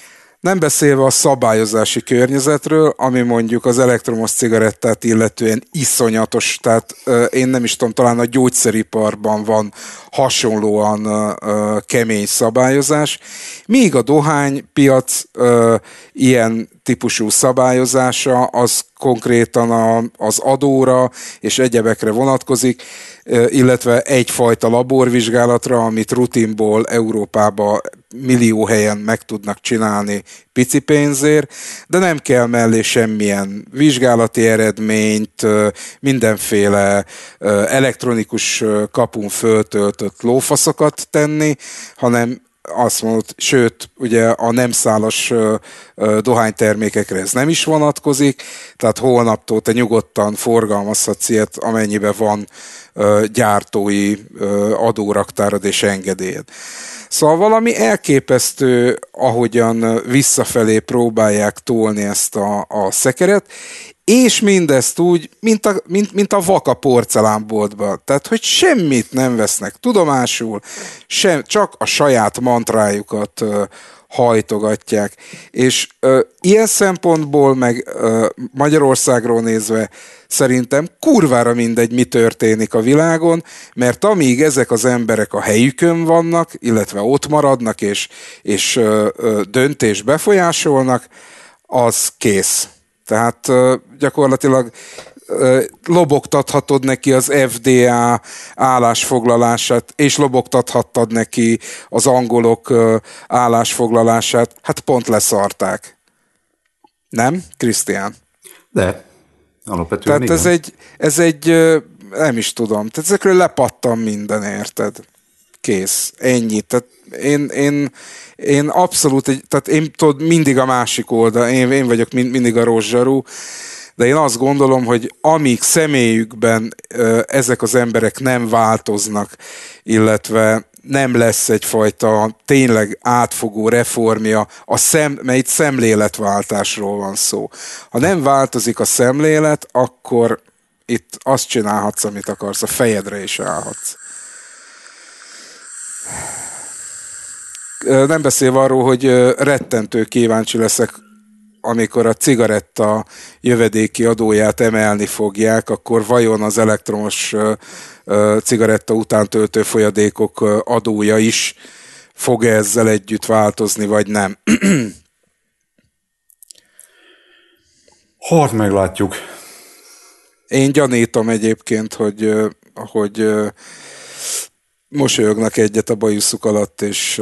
Speaker 2: Nem beszélve a szabályozási környezetről, ami mondjuk az elektromos cigarettát illetően iszonyatos, tehát én nem is tudom, talán a gyógyszeriparban van hasonlóan kemény szabályozás, míg a dohánypiac ilyen típusú szabályozása az konkrétan az adóra és egyebekre vonatkozik, illetve egyfajta laborvizsgálatra, amit rutinból Európában millió helyen meg tudnak csinálni pici pénzért, de nem kell mellé semmilyen vizsgálati eredményt, mindenféle elektronikus kapun föltöltött lófaszokat tenni, hanem azt mondod, sőt, ugye a nem szálas dohánytermékekre ez nem is vonatkozik, tehát holnaptól te nyugodtan forgalmazhatsz ilyet, amennyiben van gyártói adóraktárad és engedélyed. Szóval valami elképesztő, ahogyan visszafelé próbálják tolni ezt a szekeret, és mindezt úgy, mint a vaka porcelánboltban. Tehát, hogy semmit nem vesznek tudomásul, csak a saját mantrájukat hajtogatják. És ilyen szempontból, meg Magyarországról nézve szerintem kurvára mindegy, mi történik a világon, mert amíg ezek az emberek a helyükön vannak, illetve ott maradnak, és döntés befolyásolnak, az kész. Tehát gyakorlatilag lobogtathatod neki az FDA állásfoglalását, és lobogtathattad neki az angolok állásfoglalását. Hát pont leszarták. Nem, Krisztián?
Speaker 3: De, alapvetően
Speaker 2: tehát
Speaker 3: igen.
Speaker 2: ez egy nem is tudom, tehát ezekről lepattam minden, érted? Kész, ennyi. Tehát én abszolút, tehát én tudod, mindig a másik oldal, én vagyok mindig a rossz zsarú, de én azt gondolom, hogy amíg személyükben ezek az emberek nem változnak, illetve nem lesz egyfajta tényleg átfogó reformja, mert itt szemléletváltásról van szó. Ha nem változik a szemlélet, akkor itt azt csinálhatsz, amit akarsz, a fejedre is állhatsz. Nem beszélve arról, hogy rettentő kíváncsi leszek, amikor a cigaretta jövedéki adóját emelni fogják, akkor vajon az elektromos cigaretta utántöltő folyadékok adója is fog ezzel együtt változni, vagy nem?
Speaker 3: Hát meglátjuk.
Speaker 2: Én gyanítom egyébként, hogy mosolyognak egyet a bajuszuk alatt, és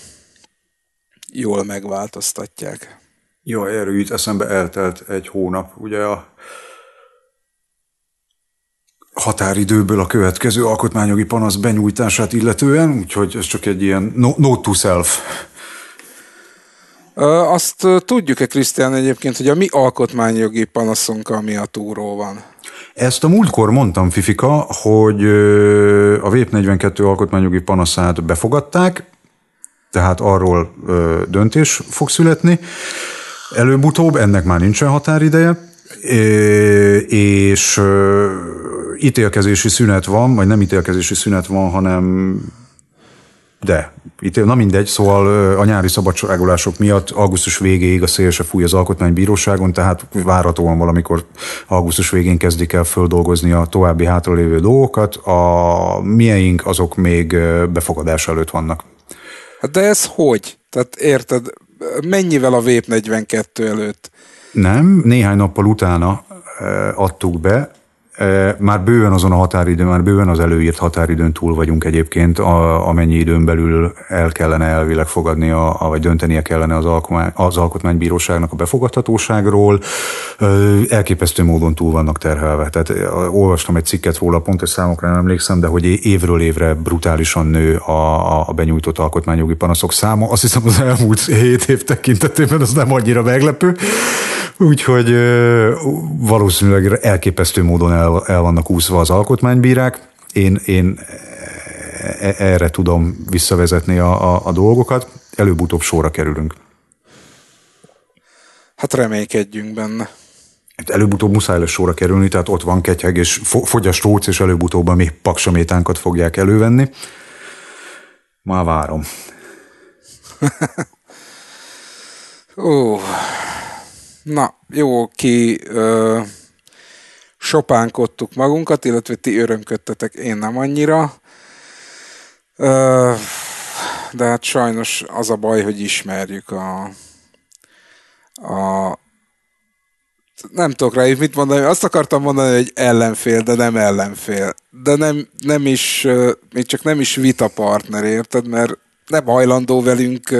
Speaker 2: jól megváltoztatják.
Speaker 3: Jaj, erről jut eszembe, eltelt egy hónap. Ugye a határidőből a következő alkotmányjogi panasz benyújtását illetően, úgyhogy ez csak egy ilyen note to self.
Speaker 2: Azt tudjuk-e, Krisztián, egyébként, hogy a mi alkotmányjogi panaszunk ami a túró van?
Speaker 3: Ezt a múltkor mondtam, Fifika, hogy a VÉP 42 alkotmányjogi panaszát befogadták, tehát arról döntés fog születni. Előbb-utóbb, ennek már nincsen határideje, és ítélkezési szünet van, vagy nem ítélkezési szünet van, hanem na mindegy, szóval a nyári szabadságolások miatt augusztus végéig a szél se fúj az alkotmánybíróságon, tehát várhatóan valamikor augusztus végén kezdik el földolgozni a további hátralévő dolgokat. A mieink azok még befogadás előtt vannak.
Speaker 2: De ez hogy? Tehát érted, mennyivel a VÉP 42 előtt?
Speaker 3: Nem, néhány nappal utána adtuk be, már bőven azon a határidőn, már bőven az előírt határidőn túl vagyunk egyébként, amennyi időn belül el kellene elvileg fogadni, vagy döntenie kellene az alkotmánybíróságnak a befogadhatóságról. Elképesztő módon túl vannak terhelve. Tehát olvastam egy cikket róla, pontos számokra nem emlékszem, de hogy évről évre brutálisan nő a benyújtott alkotmányjogi panaszok száma. Azt hiszem az elmúlt 7 év tekintetében ez nem annyira meglepő. Úgyhogy valószínűleg elképesztő módon el vannak úszva az alkotmánybírák. Én erre tudom visszavezetni a dolgokat. Előbb-utóbb sorra kerülünk.
Speaker 2: Hát reménykedjünk benne.
Speaker 3: Előbb-utóbb muszáj lesz sorra kerülni, tehát ott van ketyeg, és fogy a stróc, és előbb-utóbb a mi paksamétánkat fogják elővenni. Már várom.
Speaker 2: Na, jó, sopánkodtuk magunkat, illetve ti örömködtetek, én nem annyira. De hát sajnos az a baj, hogy ismerjük nem tudok rá mit mondani, azt akartam mondani, hogy ellenfél, de nem ellenfél. De nem is, még csak nem is vitapartner, érted? Mert nem hajlandó velünk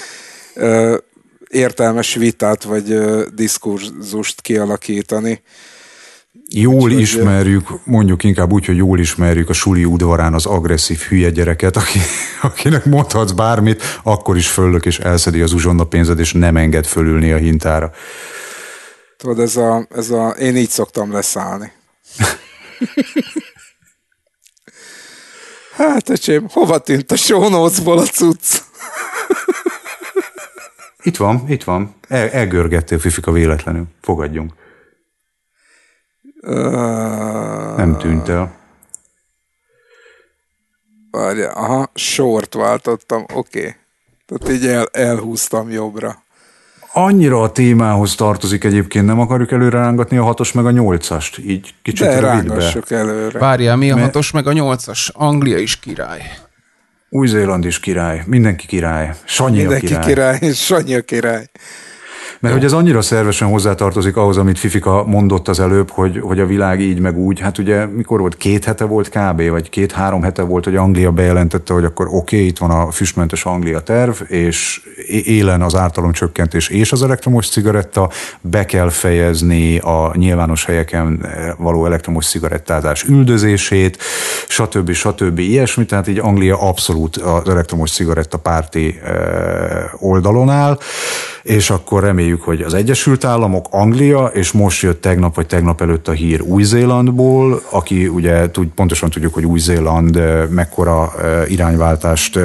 Speaker 2: értelmes vitát vagy diskurzust kialakítani.
Speaker 3: Jól ismerjük, mondjuk inkább úgy, hogy jól ismerjük a suli udvarán az agresszív hülye gyereket, akinek mondhatsz bármit, akkor is föllök és elszedi az uzsonna pénzed, és nem enged fölülni a hintára.
Speaker 2: Tudod, én így szoktam leszállni. Hát, öcsém, hova tűnt a show notes-ból a cucc?
Speaker 3: Itt van. Elgörgettél, Fifika, véletlenül. Fogadjunk. Nem tűnt el.
Speaker 2: Várja, sort váltottam, oké. Tehát így elhúztam jobbra.
Speaker 3: Annyira a témához tartozik egyébként, nem akarjuk előre rángatni a 6-os meg a 8-ast? Így kicsit
Speaker 2: de
Speaker 3: rövidbe.
Speaker 2: Rángassuk előre.
Speaker 1: Várjál, mi a 6-os meg a 8-as? Anglia is király.
Speaker 3: Új-Zéland is király. Mindenki király. Sanyi
Speaker 2: mindenki
Speaker 3: a király.
Speaker 2: Sanyi a király.
Speaker 3: Mert hogy ez annyira szervesen hozzátartozik ahhoz, amit Fifika mondott az előbb, hogy a világ így meg úgy. Hát ugye mikor volt? 2 hete volt kb. Vagy 2-3 hete volt, hogy Anglia bejelentette, hogy akkor oké, itt van a füstmentes Anglia terv, és élen az ártalomcsökkentés és az elektromos cigaretta, be kell fejezni a nyilvános helyeken való elektromos cigarettázás üldözését, stb. Ilyesmi, tehát így Anglia abszolút az elektromos cigaretta párti oldalon áll, és akkor reméljük, hogy az Egyesült Államok, Anglia, és most jött tegnap vagy tegnap előtt a hír Új-Zélandból, aki ugye pontosan tudjuk, hogy Új-Zéland mekkora irányváltást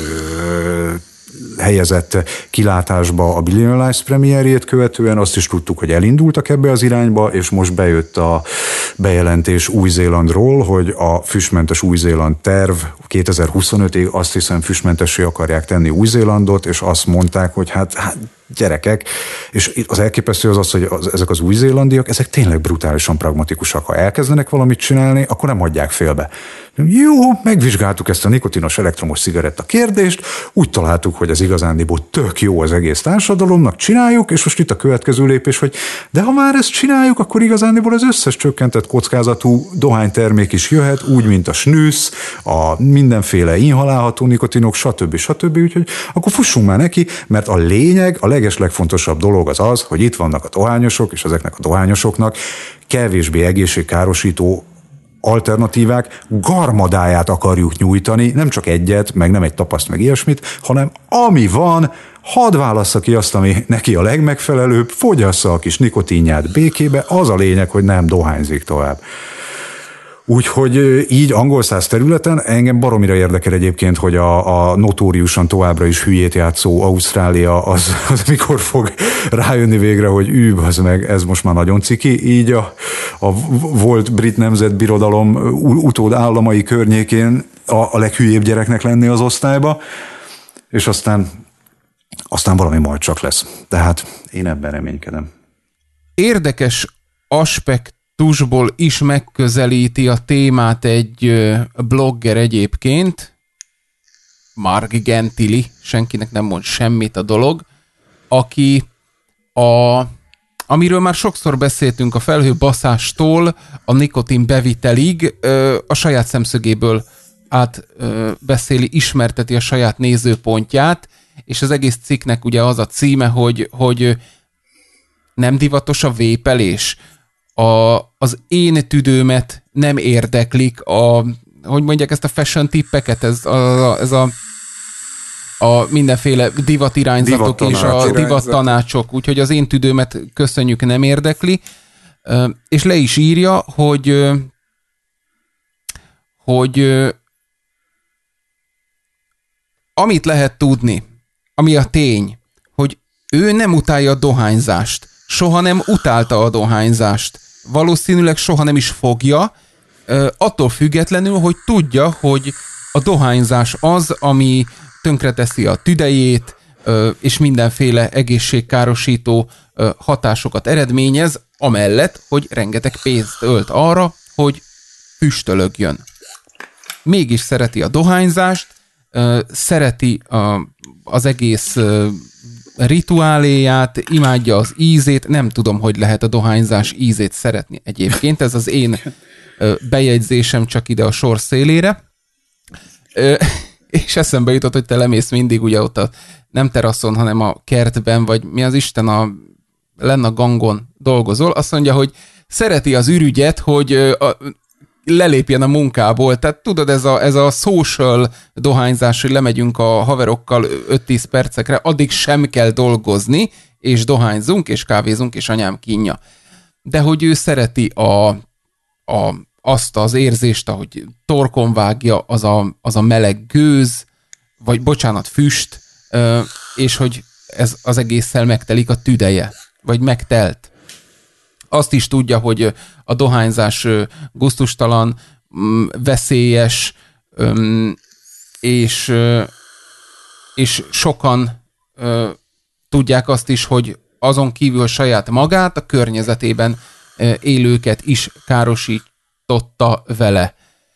Speaker 3: helyezett kilátásba a Billion Lights premierjét követően, azt is tudtuk, hogy elindultak ebbe az irányba, és most bejött a bejelentés Új-Zélandról, hogy a füstmentes Új-Zéland terv 2025-ig azt hiszem füstmentessé akarják tenni Új-Zélandot, és azt mondták, hogy hát gyerekek, és az elképesztő az, hogy ezek az új-zélandiak, ezek tényleg brutálisan pragmatikusak. Ha elkezdenek valamit csinálni, akkor nem hagyják félbe. Jó, megvizsgáltuk ezt a nikotinos elektromos cigaretta kérdést, úgy találtuk, hogy ez igazándiból tök jó az egész társadalomnak, csináljuk, és most itt a következő lépés, hogy de ha már ezt csináljuk, akkor igazándiból az összes csökkentett kockázatú dohánytermék is jöhet, úgy, mint a snus, a mindenféle inhalálható nikotinok, stb. Úgyhogy akkor fussunk már neki, mert a lényeg, a legfontosabb dolog az, hogy itt vannak a dohányosok, és ezeknek a dohányosoknak kevésbé egészségkárosító alternatívák garmadáját akarjuk nyújtani, nem csak egyet, meg nem egy tapaszt, meg ilyesmit, hanem ami van, hadd válassza ki azt, ami neki a legmegfelelőbb, fogyassza a kis nikotinját békébe, az a lényeg, hogy nem dohányzik tovább. Úgyhogy így angol száz területen engem baromira érdekel egyébként, hogy a notóriusan továbbra is hülyét játszó Ausztrália az mikor fog rájönni végre, hogy az meg, ez most már nagyon ciki. Így a volt brit nemzetbirodalom utód államai környékén a leghülyébb gyereknek lenni az osztályba, és aztán valami majd csak lesz. Tehát én ebben reménykedem.
Speaker 1: Érdekes aspektusból is megközelíti a témát egy blogger egyébként, Mark Gentili, senkinek nem mond semmit a dolog, aki amiről már sokszor beszéltünk, a felhőbaszástól a nikotin bevitelig a saját szemszögéből átbeszéli, ismerteti a saját nézőpontját, és az egész cikknek ugye az a címe, hogy nem divatos a vépelés, az én tüdőmet nem érdeklik, hogy mondják ezt a fashion tippeket, ez a mindenféle divatirányzatok és a divattanácsok, úgyhogy az én tüdőmet köszönjük, nem érdekli, és le is írja, hogy amit lehet tudni, ami a tény, hogy ő nem utálja a dohányzást, soha nem utálta a dohányzást, valószínűleg soha nem is fogja, attól függetlenül, hogy tudja, hogy a dohányzás az, ami tönkreteszi a tüdejét, és mindenféle egészségkárosító hatásokat eredményez, amellett, hogy rengeteg pénzt ölt arra, hogy füstölögjön. Mégis szereti a dohányzást, szereti az egész rituáléját, imádja az ízét, nem tudom, hogy lehet a dohányzás ízét szeretni egyébként, ez az én bejegyzésem csak ide a sor szélére. És eszembe jutott, hogy te lemész mindig ugye ott nem teraszon, hanem a kertben, vagy mi az Isten, lenn a gangon dolgozol, azt mondja, hogy szereti az ürügyet, hogy lelépjen a munkából. Tehát tudod, ez a social dohányzás, hogy lemegyünk a haverokkal 5-10 percekre, addig sem kell dolgozni, és dohányzunk, és kávézunk, és anyám kínja. De hogy ő szereti azt az érzést, ahogy torkon vágja az a meleg gőz, vagy bocsánat, füst, és hogy ez az egésszel megtelik a tüdeje, vagy megtelt. Azt is tudja, hogy a dohányzás gusztustalan, veszélyes, és sokan tudják azt is, hogy azon kívül saját magát, a környezetében élőket is károsította vele.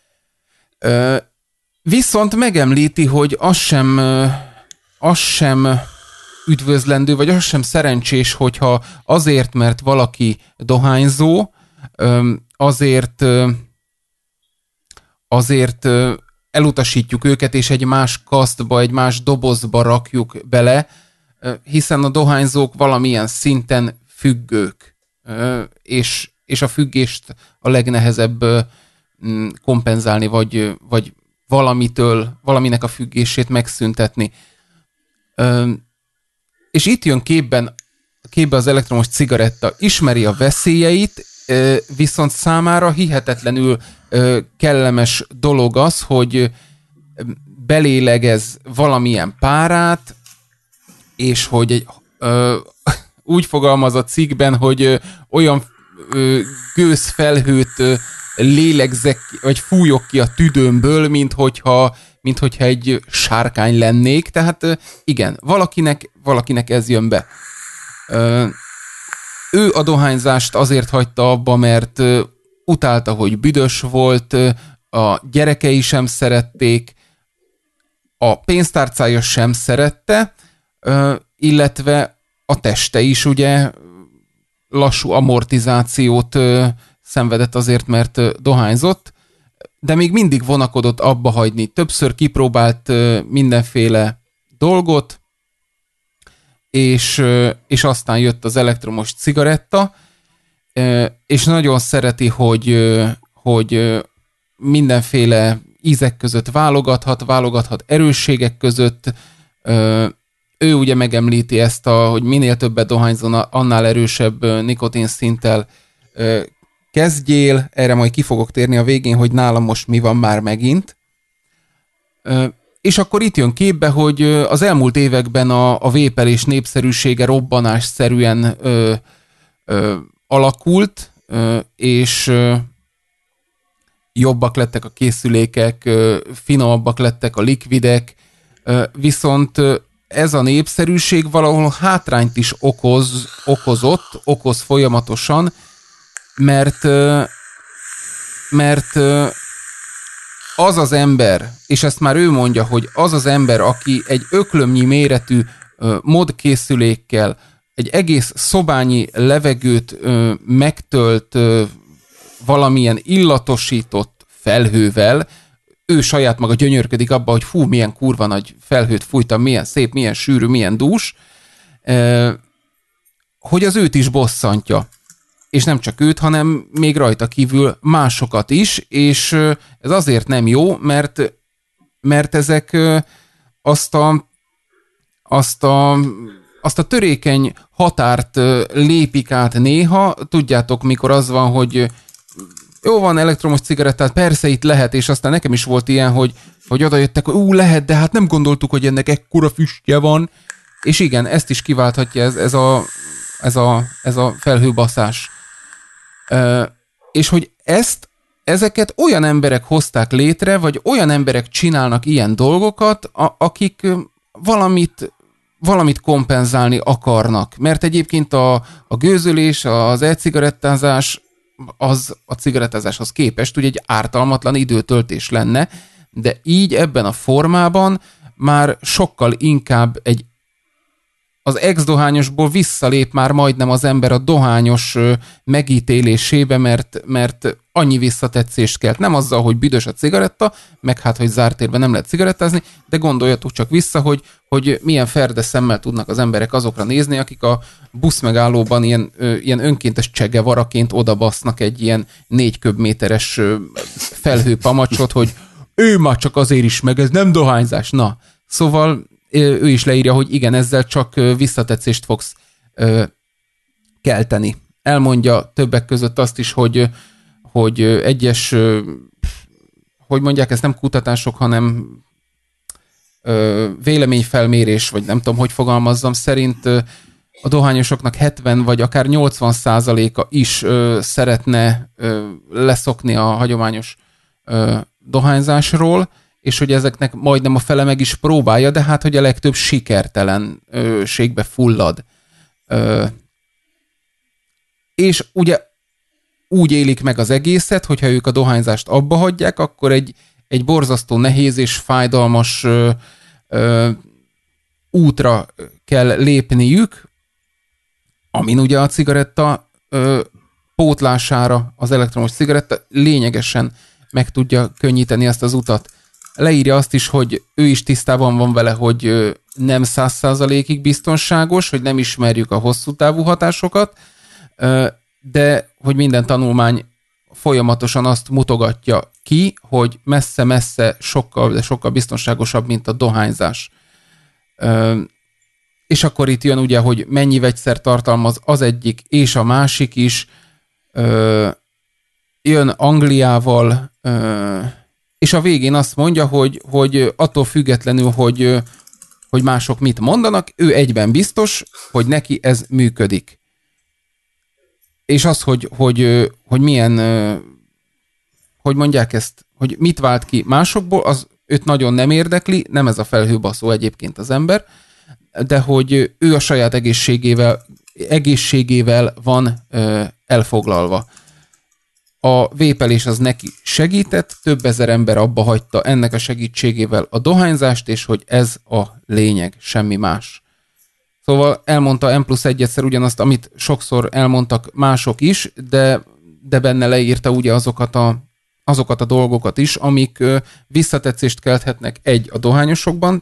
Speaker 1: Viszont megemlíti, hogy az sem üdvözlendő, vagy az sem szerencsés, hogyha azért, mert valaki dohányzó, azért elutasítjuk őket, és egy más kasztba, egy más dobozba rakjuk bele, hiszen a dohányzók valamilyen szinten függők, és a függést a legnehezebb kompenzálni, vagy valaminek a függését megszüntetni. És itt jön képbe az elektromos cigaretta. Ismeri a veszélyeit, viszont számára hihetetlenül kellemes dolog az, hogy belélegez valamilyen párát, és hogy úgy fogalmaz a cikkben, hogy olyan gőzfelhőt lélegzek, vagy fújok ki a tüdőmből, mint hogyha egy sárkány lennék. Tehát igen, valakinek ez jön be. Ő a dohányzást azért hagyta abba, mert utálta, hogy büdös volt, a gyerekei sem szerették, a pénztárcája sem szerette, illetve a teste is ugye lassú amortizációt szenvedett azért, mert dohányzott, de még mindig vonakodott abba hagyni. Többször kipróbált mindenféle dolgot, és aztán jött az elektromos cigaretta, és nagyon szereti, hogy mindenféle ízek között válogathat erősségek között. Ő ugye megemlíti ezt, hogy minél többet dohányzon, annál erősebb nikotinszinttel kezdjél. Erre majd ki fogok térni a végén, hogy nálam most mi van már megint. És akkor itt jön képbe, hogy az elmúlt években a vépelés népszerűsége robbanásszerűen alakult, és jobbak lettek a készülékek, finomabbak lettek a likvidek, viszont ez a népszerűség valahol hátrányt is okoz folyamatosan, mert az az ember, és ezt már ő mondja, hogy az az ember, aki egy öklömnyi méretű modkészülékkel egy egész szobányi levegőt megtölt valamilyen illatosított felhővel, ő saját maga gyönyörködik abba, hogy fú, milyen kurva nagy felhőt fújtam, milyen szép, milyen sűrű, milyen dús, hogy az őt is bosszantja. És nem csak őt, hanem még rajta kívül másokat is, és ez azért nem jó, mert ezek azt a törékeny határt lépik át néha. Tudjátok, mikor az van, hogy jó van, elektromos cigarettát, persze itt lehet, és aztán nekem is volt ilyen, hogy odajöttek, hogy lehet, de hát nem gondoltuk, hogy ennek ekkora füstje van, és igen, ezt is kiválthatja ez a felhőbaszás. És hogy ezeket olyan emberek hozták létre, vagy olyan emberek csinálnak ilyen dolgokat, akik valamit kompenzálni akarnak. Mert egyébként a gőzölés, az e-cigarettázás az a cigarettázáshoz képest ugye egy ártalmatlan időtöltés lenne, de így ebben a formában már sokkal inkább az ex-dohányosból visszalép már majdnem az ember a dohányos megítélésébe, mert annyi visszatetszést kelt. Nem azzal, hogy büdös a cigaretta, meg hát, hogy zárt térben nem lehet cigarettázni, de gondoljatok csak vissza, hogy milyen ferde szemmel tudnak az emberek azokra nézni, akik a buszmegállóban ilyen önkéntes csegevaraként odabasznak egy ilyen 4 köbméteres felhőpamacsot, hogy ő már csak azért is meg, ez nem dohányzás. Na, szóval ő is leírja, hogy igen, ezzel csak visszatetszést fogsz kelteni. Elmondja többek között azt is, hogy egyes, hogy mondják, ez nem kutatások, hanem véleményfelmérés, vagy nem tudom, hogy fogalmazzam, szerint a dohányosoknak 70 vagy akár 80%-a is szeretne leszokni a hagyományos dohányzásról, és hogy ezeknek majdnem a fele meg is próbálja, de hát, hogy a legtöbb sikertelenségbe fullad. És ugye úgy élik meg az egészet, hogyha ők a dohányzást abba hagyják, akkor egy borzasztó nehéz és fájdalmas útra kell lépniük, amin ugye a cigaretta pótlására az elektromos cigaretta lényegesen meg tudja könnyíteni ezt az utat. Leírja azt is, hogy ő is tisztában van vele, hogy nem 100%-ig biztonságos, hogy nem ismerjük a hosszú távú hatásokat, de hogy minden tanulmány folyamatosan azt mutogatja ki, hogy messze-messze sokkal biztonságosabb, mint a dohányzás. És akkor itt jön ugye, hogy mennyi vegyszer tartalmaz az egyik és a másik is, jön Angliával, és a végén azt mondja, hogy attól függetlenül, hogy mások mit mondanak, ő egyben biztos, hogy neki ez működik. És az, hogy milyen, hogy mondják ezt, hogy mit vált ki másokból, az őt nagyon nem érdekli, nem ez a felhőbaszó egyébként az ember, de hogy ő a saját egészségével van elfoglalva. A vépelés az neki segített, több ezer ember abba hagyta ennek a segítségével a dohányzást, és hogy ez a lényeg, semmi más. Szóval elmondta M+1-szer ugyanazt, amit sokszor elmondtak mások is, de benne leírta ugye azokat a dolgokat is, amik visszatetszést kelthetnek a dohányosokban,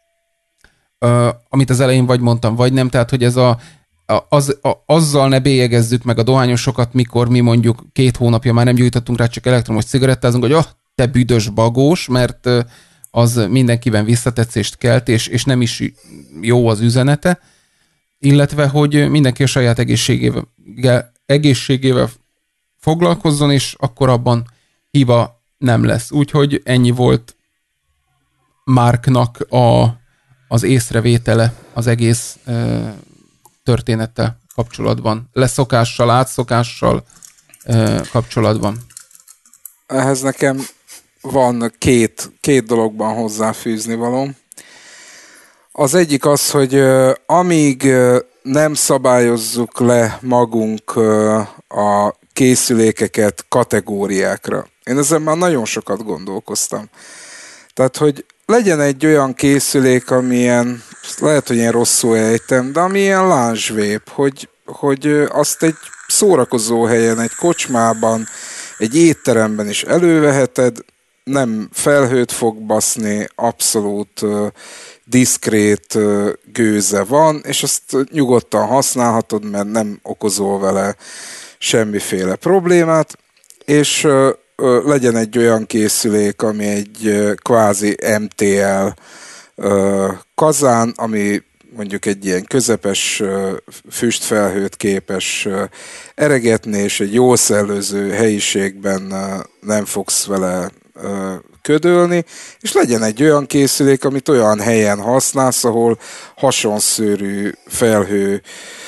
Speaker 1: amit az elején vagy mondtam, vagy nem, tehát hogy ez azzal ne bélyegezzük meg a dohányosokat, mikor mi mondjuk 2 hónapja már nem gyújtottunk rá, csak elektromos cigarettázunk, hogy te büdös bagós, mert az mindenkiben visszatetszést kelt, és nem is jó az üzenete, illetve, hogy mindenki a saját egészségével foglalkozzon, és akkor abban hiba nem lesz. Úgyhogy ennyi volt Marknak az észrevétele az egész történettel kapcsolatban, leszokással, átszokással kapcsolatban.
Speaker 2: Ehhez nekem van két dologban hozzáfűzni valóm. Az egyik az, hogy amíg nem szabályozzuk le magunk a készülékeket kategóriákra. Én ezen már nagyon sokat gondolkoztam. Tehát, hogy legyen egy olyan készülék, amilyen, lehet, hogy ilyen rosszul ejtem, de amilyen lánzsvép, hogy azt egy szórakozó helyen, egy kocsmában, egy étteremben is előveheted, nem felhőt fog baszni, abszolút diszkrét gőze van, és azt nyugodtan használhatod, mert nem okozol vele semmiféle problémát, és legyen egy olyan készülék, ami egy kvázi MTL kazán, ami mondjuk egy ilyen közepes füstfelhőt képes eregetni, és egy jól szellőző helyiségben nem fogsz vele ködölni, és legyen egy olyan készülék, amit olyan helyen használsz, ahol hasonszőrű felhő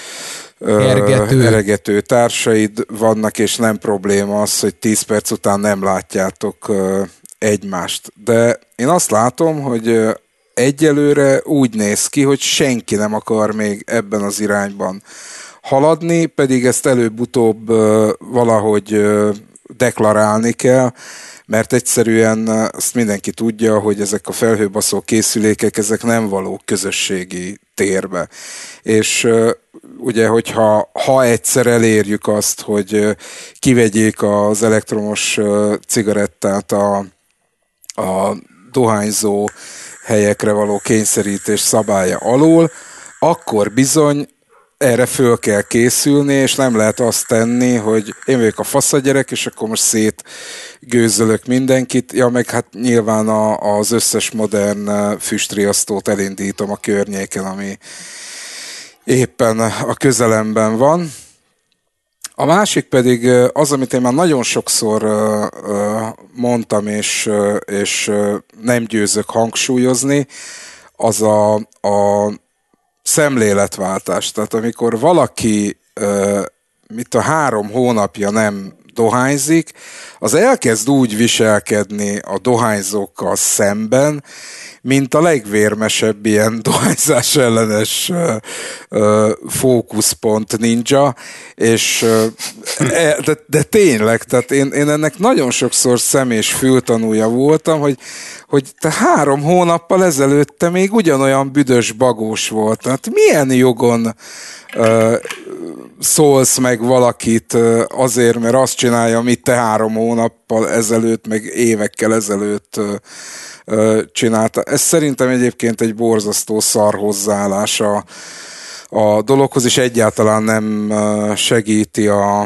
Speaker 2: eregető társaid vannak, és nem probléma az, hogy 10 perc után nem látjátok egymást. De én azt látom, hogy egyelőre úgy néz ki, hogy senki nem akar még ebben az irányban haladni, pedig ezt előbb-utóbb valahogy deklarálni kell, mert egyszerűen azt mindenki tudja, hogy ezek a felhőbaszó készülékek, ezek nem valók közösségi térbe. És ugye, hogyha egyszer elérjük azt, hogy kivegyék az elektromos cigarettát a dohányzó helyekre való kényszerítés szabálya alól, akkor bizony erre föl kell készülni, és nem lehet azt tenni, hogy én vagyok a faszagyerek, és akkor most szétgőzölök mindenkit. Ja, meg hát nyilván az összes modern füstriasztót elindítom a környéken, ami éppen a közelemben van. A másik pedig az, amit én már nagyon sokszor mondtam, és nem győzök hangsúlyozni, az a szemléletváltás. Tehát amikor valaki 3 hónapja nem dohányzik, az elkezd úgy viselkedni a dohányzókkal szemben, mint a legvérmesebb ilyen dohányzás ellenes fókuszpont ninja, és de tényleg, tehát én ennek nagyon sokszor szem- és fültanúja voltam, hogy te 3 hónappal ezelőtt te még ugyanolyan büdös bagós volt. Tehát milyen jogon szólsz meg valakit azért, mert azt csinálja, amit te 3 hónappal ezelőtt, meg évekkel ezelőtt csinálta. Ez szerintem egyébként egy borzasztó szar hozzáállás a dologhoz, és egyáltalán nem segíti a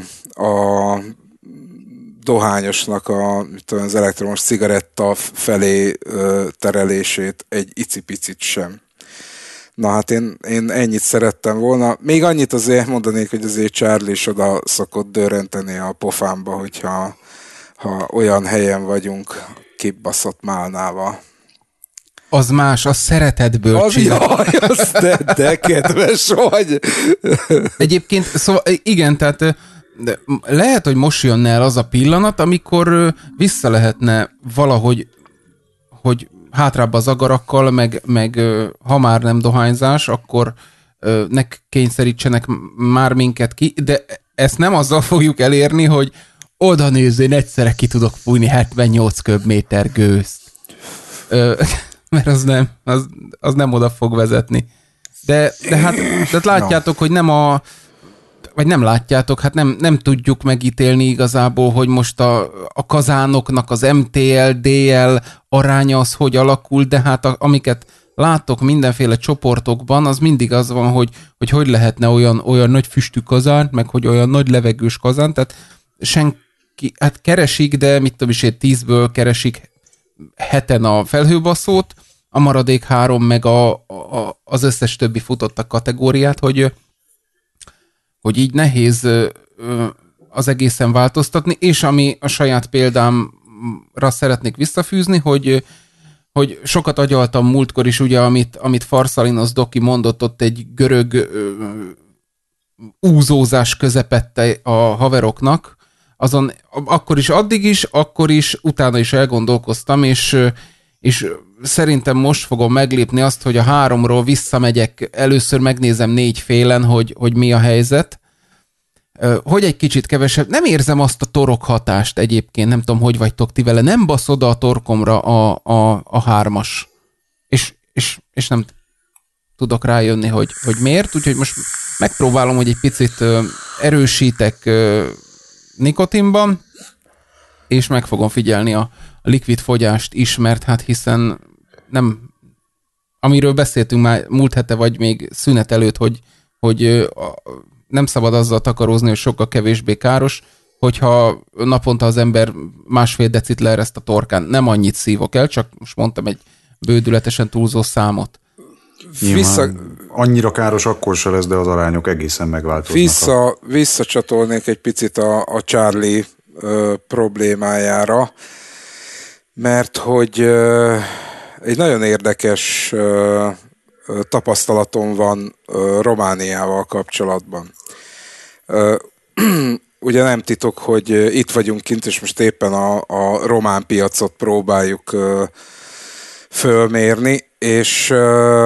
Speaker 2: dohányosnak az elektromos cigaretta felé terelését egy icipicit sem. Na hát én ennyit szerettem volna. Még annyit azért mondanék, hogy azért Charlie is oda szokott dörrenteni a pofámba, hogyha olyan helyen vagyunk kibaszott málnával.
Speaker 1: Az más, az szeretetből csinál.
Speaker 2: Jaj, az de kedves vagy.
Speaker 1: Egyébként, szóval igen, tehát de lehet, hogy most jönne el az a pillanat, amikor vissza lehetne valahogy, hogy hátrább az agarakkal, meg ha már nem dohányzás, akkor ne kényszerítsenek már minket ki, de ezt nem azzal fogjuk elérni, hogy oda nézzén, egyszerre ki tudok fújni 78 köbméter gőzt. Mert az nem oda fog vezetni. De hát látjátok, hogy vagy nem látjátok, hát nem tudjuk megítélni igazából, hogy most a kazánoknak az MTL, DL aránya az hogy alakul, de hát amiket látok mindenféle csoportokban, az mindig az van, hogy lehetne olyan nagy füstű kazán, meg hogy olyan nagy levegős kazán, tehát senki, hát keresik, de mit tudom is, 10-ből keresik 7-en a felhőbaszót, a maradék 3 meg az összes többi futottak kategóriát, hogy így nehéz az egészen változtatni, és ami a saját példámra szeretnék visszafűzni, hogy sokat agyaltam múltkor is, ugye, amit Farszalinos Doki mondott, ott egy görög úzózás közepette a haveroknak, azon akkor is, utána is elgondolkoztam, és szerintem most fogom meglépni azt, hogy a 3-ról visszamegyek, először megnézem 4 félen, hogy mi a helyzet, hogy egy kicsit kevesebb, nem érzem azt a torok hatást egyébként, nem tudom, hogy vagytok ti vele, nem basz oda a torkomra a 3-as, és nem tudok rájönni, hogy miért, úgyhogy most megpróbálom, hogy egy picit erősítek nikotinban, és meg fogom figyelni a likvid fogyást is, mert hát hiszen nem, amiről beszéltünk már múlt hete, vagy még szünet előtt, hogy nem szabad azzal takarózni, hogy sokkal kevésbé káros, hogyha naponta az ember 1,5 decit leereszt a torkán. Nem annyit szívok el, csak most mondtam egy bődületesen túlzó számot.
Speaker 3: Annyira káros akkor se lesz, de az arányok egészen megváltoznak.
Speaker 2: Visszacsatolnék egy picit a Charlie problémájára, mert hogy egy nagyon érdekes tapasztalatom van Romániával kapcsolatban. Ugye nem titok, hogy itt vagyunk kint, és most éppen a román piacot próbáljuk fölmérni, És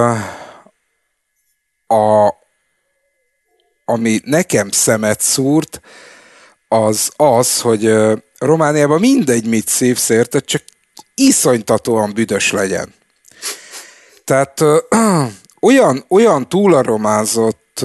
Speaker 2: ami nekem szemet szúrt, az, hogy Romániában mindegy, mit szívsz érted, csak iszonytatóan büdös legyen. Tehát olyan túlaromázott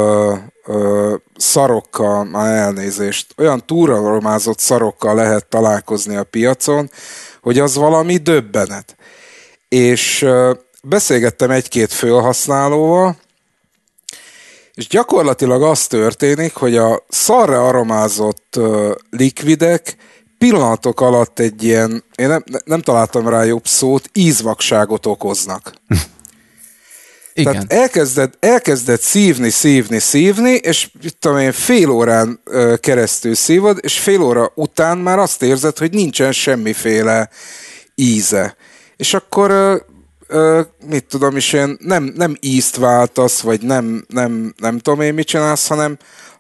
Speaker 2: szarokkal, már elnézést, olyan túlaromázott szarokkal lehet találkozni a piacon, hogy az valami döbbenet. És beszélgettem egy-két felhasználóval, és gyakorlatilag az történik, hogy a szarra aromázott likvidek pillanatok alatt egy ilyen, én nem találtam rá jobb szót, ízvakságot okoznak. Igen. Tehát elkezded szívni, és tudom én, fél órán keresztül szívod, és fél óra után már azt érzed, hogy nincsen semmiféle íze. És akkor mit tudom is én, nem ízt váltasz, vagy nem tudom én mit csinálsz, hanem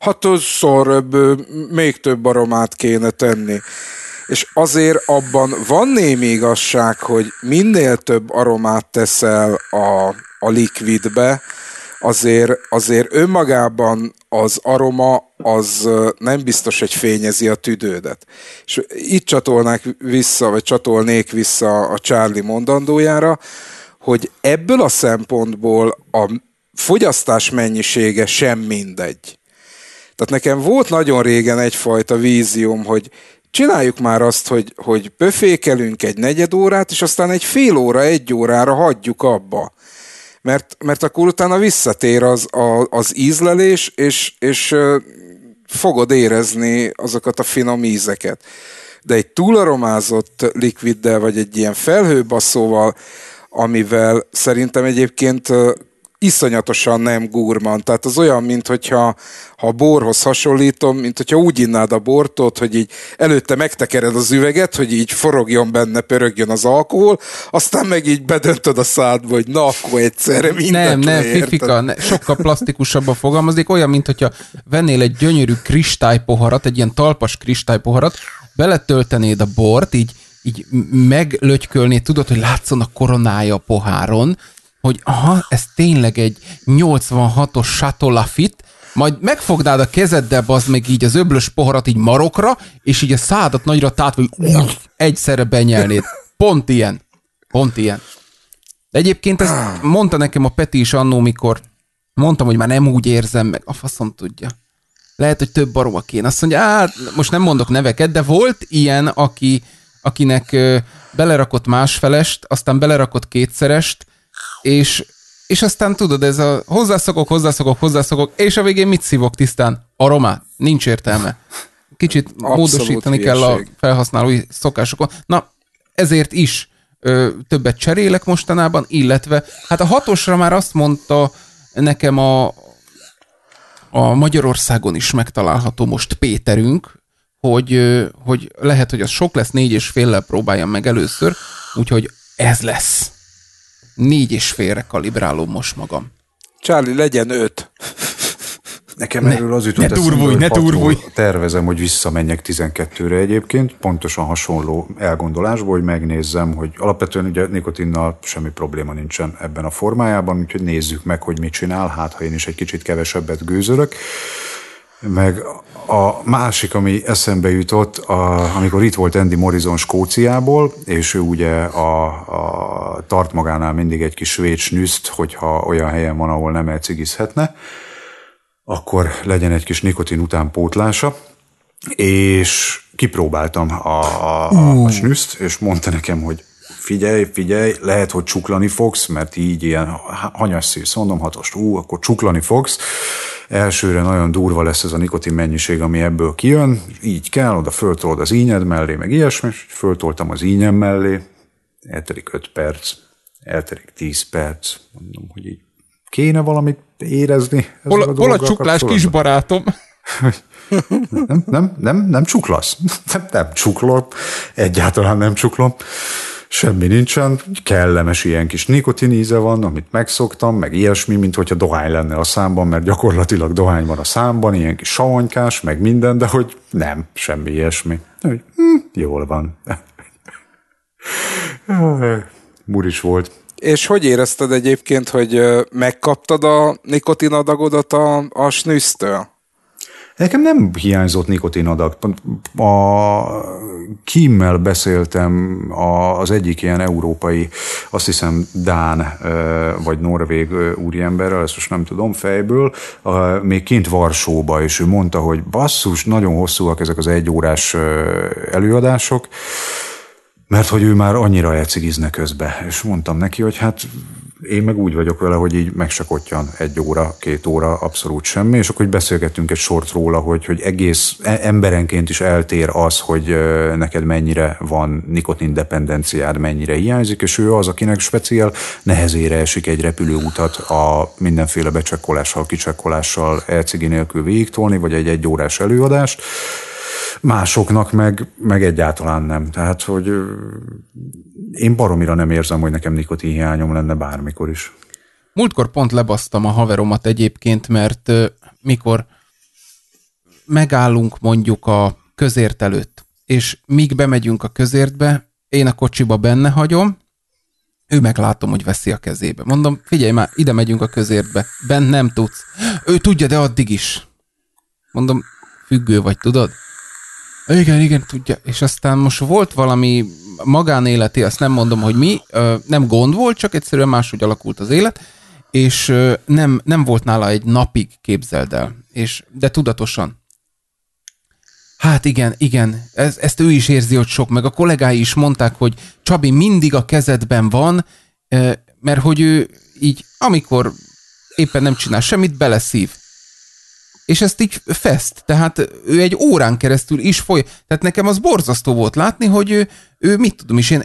Speaker 2: még több aromát kéne tenni. És azért abban van némi igazság, hogy minél több aromát teszel a likvidbe, azért önmagában az aroma az nem biztos, hogy fényezi a tüdődet. És itt csatolnék vissza a Charlie mondandójára, hogy ebből a szempontból a fogyasztás mennyisége sem mindegy. Tehát nekem volt nagyon régen egyfajta vízióm, hogy csináljuk már azt, hogy pöfékelünk egy negyed órát, és aztán egy fél óra, egy órára hagyjuk abba. Mert akkor utána visszatér az ízlelés, és fogod érezni azokat a finom ízeket. De egy túlaromázott likviddel, vagy egy ilyen felhőbaszóval, amivel szerintem egyébként iszonyatosan nem gurman. Tehát az olyan, mint hogyha ha a borhoz hasonlítom, mint hogyha úgy innád a bortot, hogy így előtte megtekered az üveget, hogy így forogjon benne, pörögjön az alkohol, aztán meg így bedöntöd a szádba, hogy na, akkor egyszerre mindent
Speaker 1: Nem, fifika, sokkal plastikusabban fogalmazik, olyan, mint hogyha vennél egy gyönyörű kristálypoharat, egy ilyen talpas kristálypoharat, beletöltenéd a bort, így meglötykölnéd, tudod, hogy látszon a koronája a poháron, hogy aha, ez tényleg egy 86-os Chateau Lafite, majd megfognád a kezeddel, bazd meg így az öblös poharat így marokra, és így a szádat nagyra tátva, hogy egyszerre benyelnéd. Pont ilyen. De egyébként ezt mondta nekem a Peti is annó, mikor mondtam, hogy már nem úgy érzem meg. A faszom tudja. Lehet, hogy több aroma kéne. Azt mondja, hát most nem mondok neveket, de volt ilyen, akinek belerakott másfelest, aztán belerakott kétszerest, és aztán tudod, ez a hozzászokok, és a végén mit szívok tisztán? Aromát? Nincs értelme. Kicsit abszolút módosítani kell a felhasználói szokásokon. Na, ezért is többet cserélek mostanában, illetve hát a 6-osra már azt mondta nekem a Magyarországon is megtalálható most Péterünk, hogy lehet, hogy az sok lesz, 4,5-lel próbáljam meg először, úgyhogy ez lesz. 4,5-re kalibrálom most magam.
Speaker 2: Charlie, legyen 5.
Speaker 3: Nekem erről az jutott
Speaker 1: ne turvulj.
Speaker 3: Tervezem, hogy visszamenjek 12-re egyébként, pontosan hasonló elgondolásból, hogy megnézzem, hogy alapvetően ugye nikotinnal semmi probléma nincsen ebben a formájában, úgyhogy nézzük meg, hogy mit csinál, hát ha én is egy kicsit kevesebbet gőzölök. Meg a másik, ami eszembe jutott, amikor itt volt Andy Morrison Skóciából, és ő ugye tart magánál mindig egy kis svéd snüszt, hogyha olyan helyen van, ahol nem elcigizhetne, akkor legyen egy kis nikotin utánpótlása, és kipróbáltam a snüszt, és mondta nekem, hogy figyelj, lehet, hogy csuklani fogsz, mert így ilyen hanyas szívsz, mondom 6-ost, akkor csuklani fogsz. Elsőre nagyon durva lesz ez a nikotin mennyiség, ami ebből kijön, így kell, oda föltolod az ínyed mellé, meg ilyesmi, és föltoltam az ínyem mellé, eltelik 5 perc, eltelik 10 perc, mondom, hogy így kéne valamit érezni.
Speaker 1: Hol a csuklás, kis barátom?
Speaker 3: Nem csuklasz. Nem csuklom. Egyáltalán nem csuklom. Semmi nincsen. Kellemes ilyen kis nikotin íze van, amit megszoktam, meg ilyesmi, mint hogyha dohány lenne a számban, mert gyakorlatilag dohány van a számban, ilyen kis savanykás, meg minden, de hogy nem, semmi ilyesmi. Jól van. Muris volt.
Speaker 2: És hogy érezted egyébként, hogy megkaptad a nikotinadagodat a snüsztől?
Speaker 3: Nekem nem hiányzott nikotinadag. A Kimmel beszéltem az egyik ilyen európai, azt hiszem Dán vagy norvég úriemberrel, ezt most nem tudom fejből, még kint Varsóba, és ő mondta, hogy basszus, nagyon hosszúak ezek az 1 órás előadások, mert hogy ő már annyira elcigizne közbe. És mondtam neki, hogy hát én meg úgy vagyok vele, hogy így meg se kottyan 1 óra, 2 óra, abszolút semmi, és akkor beszélgettünk egy sort róla, hogy egész emberenként is eltér az, hogy neked mennyire van nikotindependenciád, mennyire hiányzik, és ő az, akinek speciál nehezére esik egy repülőutat a mindenféle becsekkolással, kicsekkolással elcigi nélkül végigtolni, vagy egy 1 órás előadást. Másoknak meg egyáltalán nem. Tehát, hogy én baromira nem érzem, hogy nekem nikotinhiányom lenne bármikor is.
Speaker 1: Múltkor pont lebasztam a haveromat egyébként, mert mikor megállunk mondjuk a közért előtt, és míg bemegyünk a közértbe, én a kocsiba benne hagyom, ő meglátom, hogy veszi a kezébe. Mondom, figyelj már, ide megyünk a közértbe, bent nem tudsz. Ő tudja, de addig is. Mondom, függő vagy, tudod? Igen, tudja. És aztán most volt valami magánéleti, azt nem mondom, hogy mi, nem gond volt, csak egyszerűen máshogy alakult az élet, és nem volt nála egy napig, képzeld el. De tudatosan. Hát igen, ezt ő is érzi, hogy sok, meg a kollégái is mondták, hogy Csabi, mindig a kezedben van, mert hogy ő így, amikor éppen nem csinál semmit, beleszív. És ezt így feszt, tehát ő egy órán keresztül is tehát nekem az borzasztó volt látni, hogy ő mit tudom is, én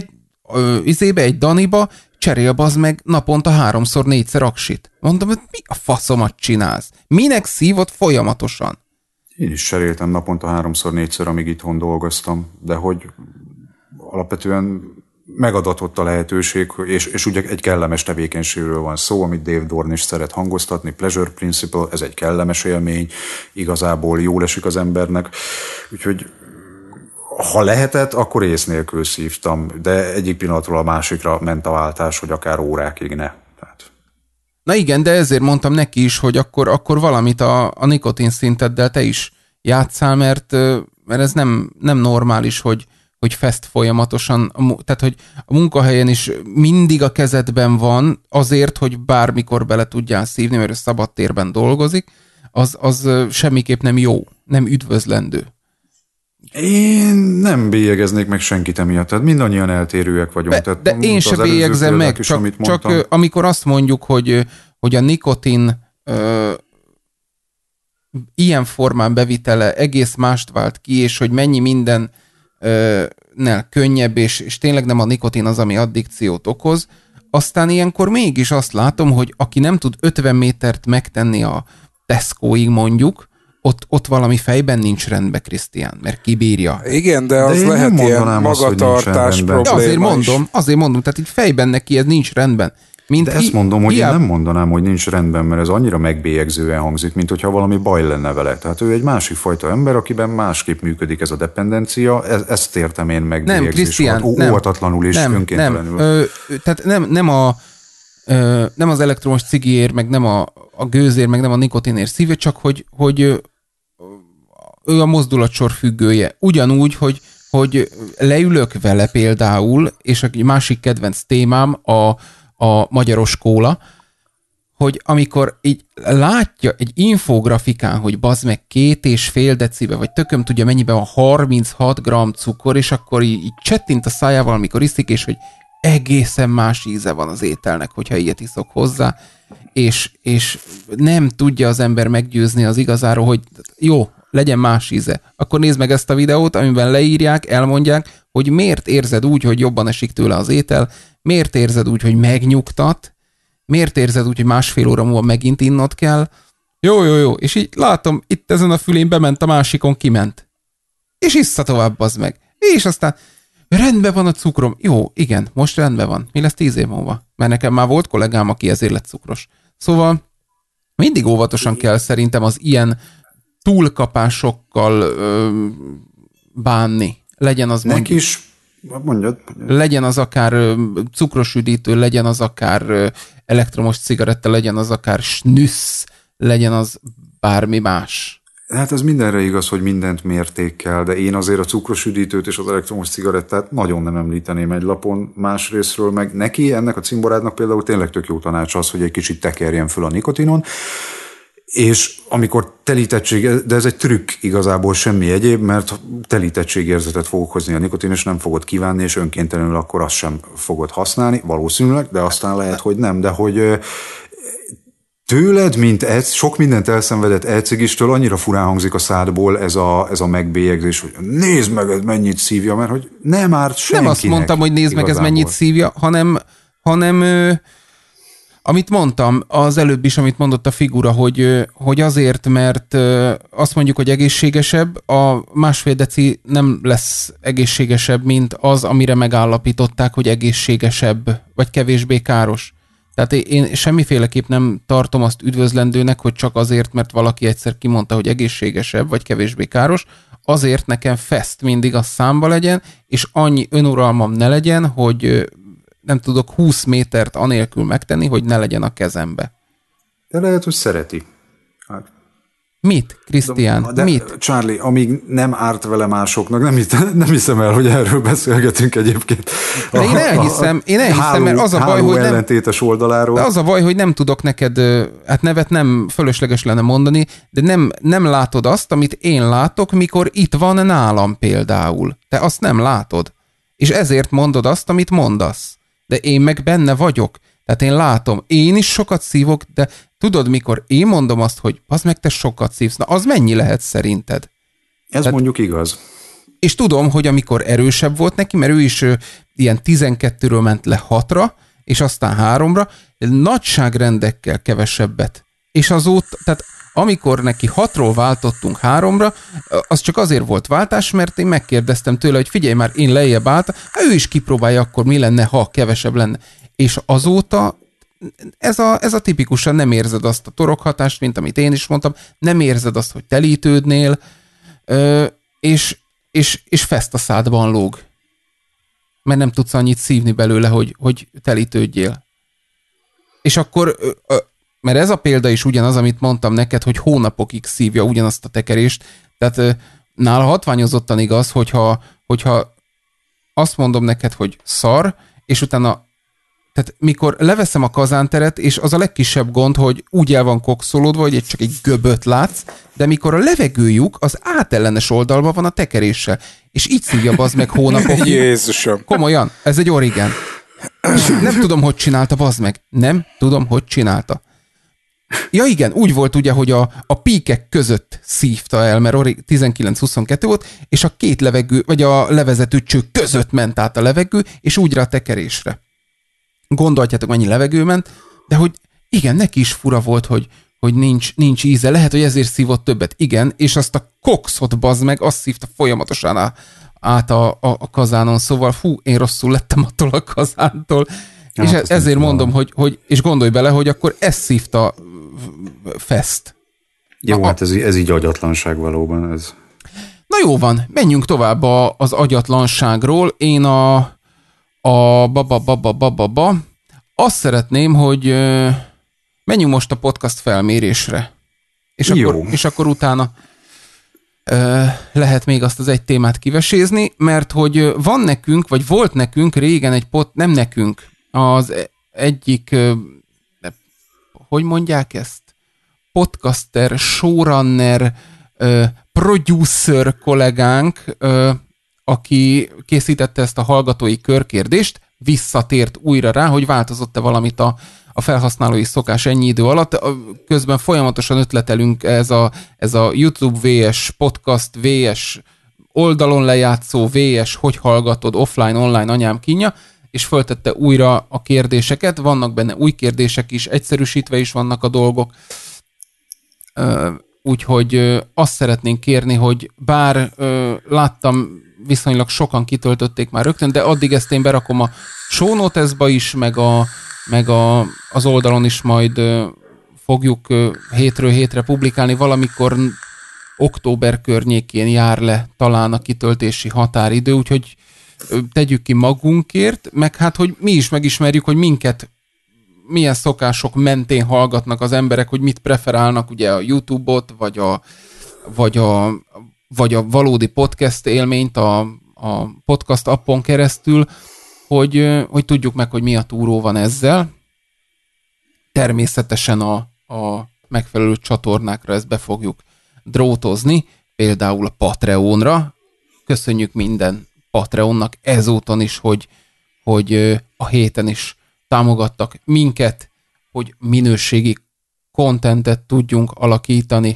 Speaker 1: egy Daniba cserél bazd meg naponta 3-4 aksit. Mondom, hogy mi a faszomat csinálsz? Minek szívod folyamatosan?
Speaker 3: Én is cseréltem naponta 3-4, amíg itthon dolgoztam, de hogy alapvetően megadatott a lehetőség, és ugye egy kellemes tevékenységről van szó, amit Dave Dorn is szeret hangoztatni, pleasure principle, ez egy kellemes élmény, igazából jól esik az embernek, úgyhogy ha lehetett, akkor ész nélkül szívtam, de egyik pillanatról a másikra ment a váltás, hogy akár órákig ne. Tehát.
Speaker 1: Na igen, de ezért mondtam neki is, hogy akkor valamit a nikotin szinteddel te is játsszál, mert ez nem normális, hogy feszt folyamatosan, tehát hogy a munkahelyen is mindig a kezedben van azért, hogy bármikor bele tudjál szívni, mert ő szabadtérben dolgozik, az semmiképp nem jó, nem üdvözlendő.
Speaker 3: Én nem bélyegeznék meg senkit emiatt, tehát mindannyian eltérőek vagyunk.
Speaker 1: De én se bélyegzem meg, csak amikor azt mondjuk, hogy a nikotin ilyen formán bevitele egész mást vált ki, és hogy mennyi minden könnyebb, és tényleg nem a nikotin az, ami addikciót okoz, aztán ilyenkor mégis azt látom, hogy aki nem tud 50 métert megtenni a Tescoig mondjuk, ott valami fejben nincs rendben, Krisztián, mert kibírja.
Speaker 2: Igen, de az lehet ilyen magatartás probléma.
Speaker 1: De azért mondom, tehát így fejben neki ez nincs rendben.
Speaker 3: De ezt mondom, hogy én nem mondanám, hogy nincs rendben, mert ez annyira megbélyegzően hangzik, mint hogyha valami baj lenne vele. Tehát ő egy másik fajta ember, akiben másképp működik ez a dependencia, ezt értem én megbélyegzés.
Speaker 1: Nem, Krisztián,
Speaker 3: óvatatlanul és önkéntelenül.
Speaker 1: Tehát nem az elektromos cigiért, meg nem a gőzért, meg nem a nikotinért szívja, csak hogy ő a mozdulatsor függője. Ugyanúgy, hogy leülök vele például, és egy másik kedvenc témám a magyaros kóla, hogy amikor így látja egy infografikán, hogy bazd meg 2,5 decibe, vagy tököm tudja mennyiben van 36 g cukor, és akkor így csettint a szájával, amikor iszik, és hogy egészen más íze van az ételnek, hogyha ilyet iszok hozzá, és nem tudja az ember meggyőzni az igazáról, hogy jó, legyen más íze. Akkor nézd meg ezt a videót, amiben leírják, elmondják, hogy miért érzed úgy, hogy jobban esik tőle az étel, miért érzed úgy, hogy megnyugtat, miért érzed úgy, hogy 1,5 óra múlva megint innod kell. Jó. És így látom, itt ezen a fülén bement, a másikon kiment. És issza tovább, az meg. És aztán rendben van a cukrom. Jó, igen, most rendben van. Mi lesz 10 év múlva? Mert nekem már volt kollégám, aki ezért lett cukros. Szóval mindig óvatosan kell szerintem az ilyen túlkapásokkal bánni. Legyen az mondjuk.
Speaker 3: Mondjad.
Speaker 1: Legyen az akár cukros üdítő, legyen az akár elektromos cigaretta, legyen az akár snüsz, legyen az bármi más.
Speaker 3: Hát ez mindenre igaz, hogy mindent mértékkel, de én azért a cukros üdítőt és az elektromos cigarettát nagyon nem említeném egy lapon. Másrésztről meg neki, ennek a cimborádnak például tényleg tök jó tanács az, hogy egy kicsit tekerjen föl a nikotinon, és amikor telítettség, de ez egy trükk igazából, semmi egyéb, mert telítettségérzetet fog okozni a nikotin, és nem fogod kívánni, és önkéntelenül akkor azt sem fogod használni, valószínűleg, de aztán lehet, hogy nem, de hogy tőled, mint sok mindent elszenvedett elcigistől annyira furán hangzik a szádból ez a megbélyegzés, hogy nézd meg, ez mennyit szívja, mert hogy nem árt senkinek.
Speaker 1: Nem azt mondtam, hogy nézd meg, ez mennyit szívja, hanem amit mondtam, az előbb is, amit mondott a figura, hogy azért, mert azt mondjuk, hogy egészségesebb, a 1,5 deci nem lesz egészségesebb, mint az, amire megállapították, hogy egészségesebb, vagy kevésbé káros. Tehát én semmiféleképp nem tartom azt üdvözlendőnek, hogy csak azért, mert valaki egyszer kimondta, hogy egészségesebb, vagy kevésbé káros, azért nekem fest mindig a számba legyen, és annyi önuralmam ne legyen, hogy nem tudok 20 métert anélkül megtenni, hogy ne legyen a kezembe.
Speaker 3: De lehet, hogy szereti. Hát.
Speaker 1: Mit, Krisztián? Mit?
Speaker 3: Charlie, amíg nem árt vele másoknak, nem hiszem el, hogy erről beszélgetünk egyébként.
Speaker 1: Én elhiszem, mert az a baj, hogy nem...
Speaker 3: ellentétes oldaláról.
Speaker 1: De az a baj, hogy nem tudok neked, hát nevet nem fölösleges lenne mondani, de nem látod azt, amit én látok, mikor itt van nálam például. Te azt nem látod. És ezért mondod azt, amit mondasz. De én meg benne vagyok. Tehát én látom, én is sokat szívok, de tudod, mikor én mondom azt, hogy az meg te sokat szívsz, na az mennyi lehet szerinted?
Speaker 3: Ez tehát, mondjuk igaz.
Speaker 1: És tudom, hogy amikor erősebb volt neki, mert ő is ilyen 12-ről ment le 6-ra, és aztán 3-ra, nagyságrendekkel kevesebbet. És azóta, tehát amikor neki 6-ról váltottunk 3-ra, az csak azért volt váltás, mert én megkérdeztem tőle, hogy figyelj már, én lejjebb álltam, ő is kipróbálja akkor, mi lenne, ha kevesebb lenne. És azóta ez a tipikusan nem érzed azt a torokhatást, mint amit én is mondtam, nem érzed azt, hogy telítődnél, és fest a szádban lóg. Mert nem tudsz annyit szívni belőle, hogy telítődjél. És akkor, mert ez a példa is ugyanaz, amit mondtam neked, hogy hónapokig szívja ugyanazt a tekerést, tehát nála hatványozottan igaz, hogyha azt mondom neked, hogy szar, és utána tehát mikor leveszem a kazánteret, és az a legkisebb gond, hogy úgy el van kokszolódva, hogy csak egy göböt látsz, de mikor a levegőjük az átellenes oldalban van a tekeréssel, és így szívja bazd meg hónapokig.
Speaker 2: Jézusom.
Speaker 1: Komolyan, ez egy origen. És nem tudom, hogy csinálta, bazd meg. Nem tudom, hogy csinálta. Ja igen, úgy volt ugye, hogy a píkek között szívta el, mert 19-22 volt, és a két levegő, vagy a levezető cső között ment át a levegő, és úgy rá a tekerésre. Gondoltjátok, mennyi levegő ment, de hogy igen, neki is fura volt, hogy nincs íze. Lehet, hogy ezért szívott többet. Igen, és azt a kokszot, bazd meg, azt szívta folyamatosan át a kazánon. Szóval én rosszul lettem attól a kazántól. Ja, és ezért mondom, hogy és gondolj bele, hogy akkor ezt szívta fest.
Speaker 3: Jó, hát ez így agyatlanság valóban. Ez.
Speaker 1: Na jó van, menjünk tovább az agyatlanságról. Én azt szeretném, hogy menjünk most a podcast felmérésre. És akkor utána lehet még azt az egy témát kivesézni, mert hogy van nekünk, vagy volt nekünk régen nem nekünk, az egyik, hogy mondják ezt? Podcaster, showrunner, producer kollégánk, aki készítette ezt a hallgatói körkérdést, visszatért újra rá, hogy változott-e valamit a felhasználói szokás ennyi idő alatt. Közben folyamatosan ötletelünk ez a YouTube VS podcast, VS oldalon lejátszó, VS hogy hallgatod offline, online anyám kínja, és föltette újra a kérdéseket. Vannak benne új kérdések is, egyszerűsítve is vannak a dolgok. Úgyhogy azt szeretnénk kérni, hogy bár láttam, viszonylag sokan kitöltötték már rögtön, de addig ezt én berakom a show notes-ba is, meg az oldalon is majd fogjuk hétről hétre publikálni, valamikor október környékén jár le talán a kitöltési határidő, úgyhogy tegyük ki magunkért, meg hát, hogy mi is megismerjük, hogy minket milyen szokások mentén hallgatnak az emberek, hogy mit preferálnak, ugye a YouTube-ot, vagy a valódi podcast élményt a podcast appon keresztül, hogy tudjuk meg, hogy mi a túró van ezzel. Természetesen a megfelelő csatornákra ezt be fogjuk drótozni, például a Patreonra. Köszönjük minden Patreonnak ezúton is, hogy a héten is támogattak minket, hogy minőségi kontentet tudjunk alakítani.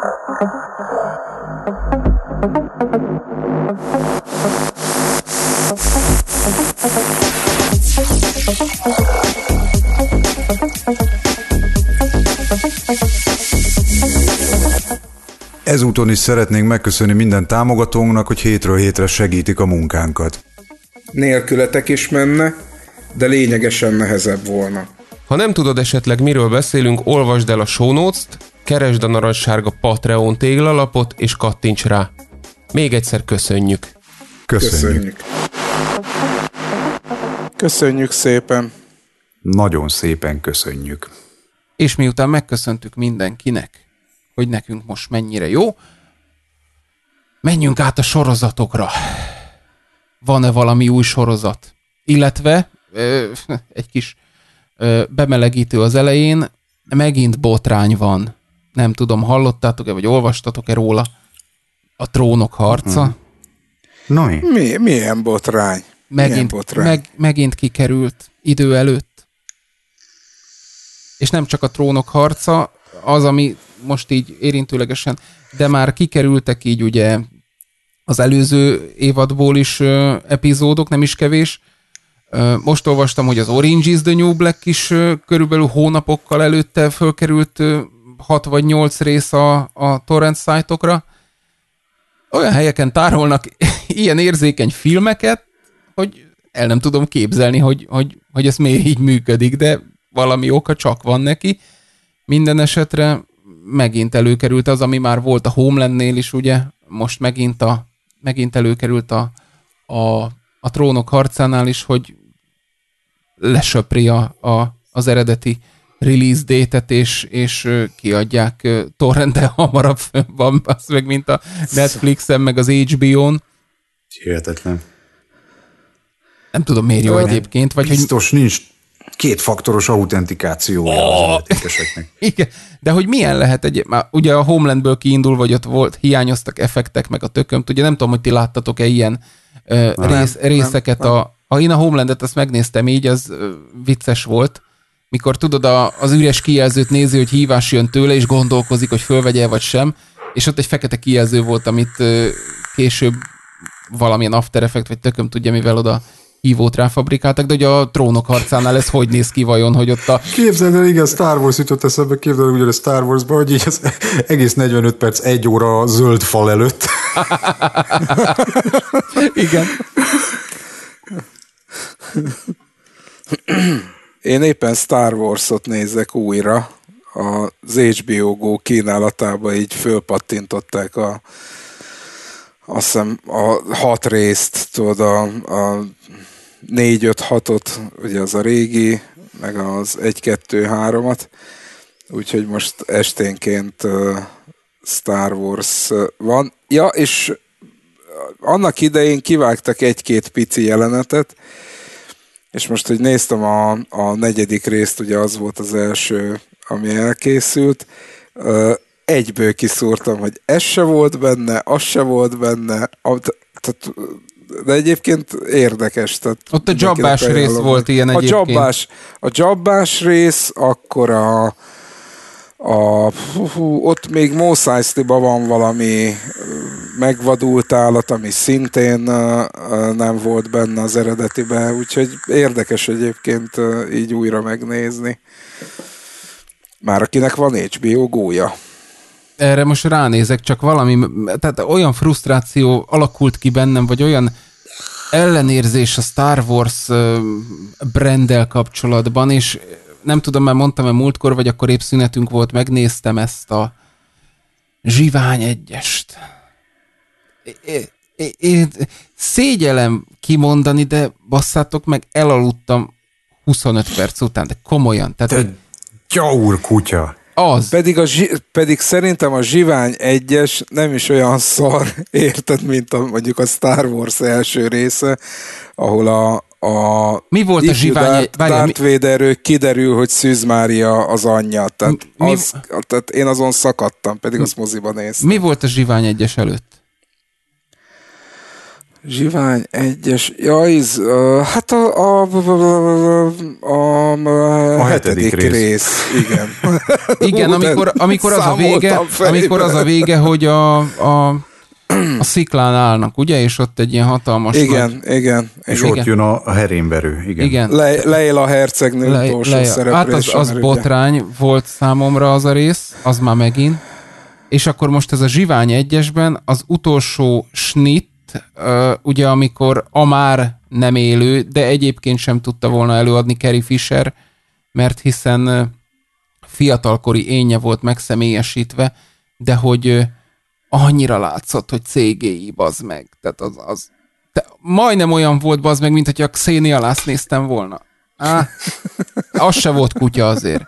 Speaker 3: Ezúton is szeretnénk megköszönni minden támogatónknak, hogy hétről hétre segítik a munkánkat.
Speaker 2: Nélkületek is menne, de lényegesen nehezebb volna.
Speaker 4: Ha nem tudod esetleg miről beszélünk, olvasd el a show notes-t, keresd a narancssárga Patreon téglalapot és kattints rá. Még egyszer köszönjük.
Speaker 3: Köszönjük.
Speaker 2: Köszönjük szépen.
Speaker 3: Nagyon szépen köszönjük.
Speaker 1: És miután megköszöntük mindenkinek, hogy nekünk most mennyire jó, menjünk át a sorozatokra. Van-e valami új sorozat? Illetve egy kis bemelegítő az elején, megint botrány van. Nem tudom, hallottátok-e, vagy olvastatok-e róla? A Trónok harca.
Speaker 3: Noé.
Speaker 2: Milyen botrány?
Speaker 1: Megint kikerült idő előtt. És nem csak a Trónok harca, az, ami most így érintőlegesen, de már kikerültek így ugye az előző évadból is epizódok, nem is kevés. Most olvastam, hogy az Orange is the New Black is körülbelül hónapokkal előtte fölkerült 6 vagy 8 rész a torrent szájtokra. Olyan helyeken tárolnak ilyen érzékeny filmeket, hogy el nem tudom képzelni, hogy ez miért így működik, de valami oka csak van neki. Minden esetre megint előkerült az, ami már volt a Homelandnél is, ugye, most megint előkerült a Trónok harcánál is, hogy lesöpri az eredeti release date-et, és kiadják torrente hamarabb van, az meg, mint a Netflixen, meg az HBO-n.
Speaker 3: Hihetetlen.
Speaker 1: Nem tudom, miért jó egyébként. Vagy
Speaker 3: biztos nincs kétfaktoros autentikációja az értékeseknek.
Speaker 1: Igen, de hogy milyen lehet már ugye a Homelandből kiindul, vagy ott hiányoztak effektek, meg a tököm, ugye nem tudom, hogy ti láttatok-e ilyen részeket. Nem. Én a Homelandet azt megnéztem így, az vicces volt, mikor tudod, az üres kijelzőt nézi, hogy hívás jön tőle, és gondolkozik, hogy fölvegye vagy sem, és ott egy fekete kijelző volt, amit később valamilyen After Effect, vagy tököm tudja, mivel oda hívót ráfabrikáltak, de ugye a Trónok harcánál ez hogy néz ki vajon, hogy ott a...
Speaker 3: Képzeld el, igen, Star Wars jutott eszembe, képzeld el ugye a Star Wars-ban, hogy így az egész 45 perc, 1 óra a zöld fal előtt.
Speaker 1: Igen.
Speaker 2: Én éppen Star Wars-ot nézek újra. Az HBO Go kínálatába így fölpattintották azt hiszem a 6 részt, tudod, a 4-5-6-ot, ugye az a régi, meg az 1-2-3-at, úgyhogy most esténként Star Wars van. Ja, és annak idején kivágtak 1-2 pici jelenetet, és most, hogy néztem a 4. részt, ugye az volt az első, ami elkészült, egyből kiszúrtam, hogy ez se volt benne, az se volt benne, de egyébként érdekes. Tehát
Speaker 1: ott a Jabbás rész volt ilyen egyébként.
Speaker 2: A Jabbás rész, akkor ott még Mos Eisley-ban van valami megvadult állat, ami szintén nem volt benne az eredetiben, úgyhogy érdekes egyébként így újra megnézni. Már akinek van HBO Go-ja.
Speaker 1: Erre most ránézek, csak valami, tehát olyan frusztráció alakult ki bennem, vagy olyan ellenérzés a Star Wars branddel kapcsolatban, és nem tudom, már mondtam-e múltkor, vagy akkor épp szünetünk volt, megnéztem ezt a Zsivány 1-est. Én szégyellem kimondani, de basszátok meg, elaludtam 25 perc után, de komolyan. Tehát,
Speaker 3: Gyaur kutya.
Speaker 1: az.
Speaker 2: Pedig szerintem a Zsivány 1-es nem is olyan szar, érted, mint mondjuk a Star Wars első része, ahol a
Speaker 1: Mi volt a Zsivány?
Speaker 2: Darth Vaderről kiderül, hogy Szűz Mária az anyja. Tehát én azon szakadtam, pedig azt moziban néztem.
Speaker 1: Mi volt a Zsivány 1-es előtt?
Speaker 2: Zsivány 1-es, hát a hetedik rész, igen.
Speaker 1: Igen, amikor az a vége, hogy a sziklán állnak, ugye? És ott egy ilyen hatalmas...
Speaker 2: Igen.
Speaker 3: És ott jön a herénverő. Igen.
Speaker 2: Leél a hercegnő utolsó szereplés.
Speaker 1: Hát az botrány volt számomra az a rész, az már megint. És akkor most ez a Zsivány 1-esben az utolsó snit, ugye amikor a már nem élő, de egyébként sem tudta volna előadni Carrie Fisher, mert hiszen fiatalkori énje volt megszemélyesítve, de hogy annyira látszott, hogy CGI, bazd meg. Tehát majdnem olyan volt, bazd meg, mint hogyha a Xenia Lász néztem volna. Az se volt kutya azért.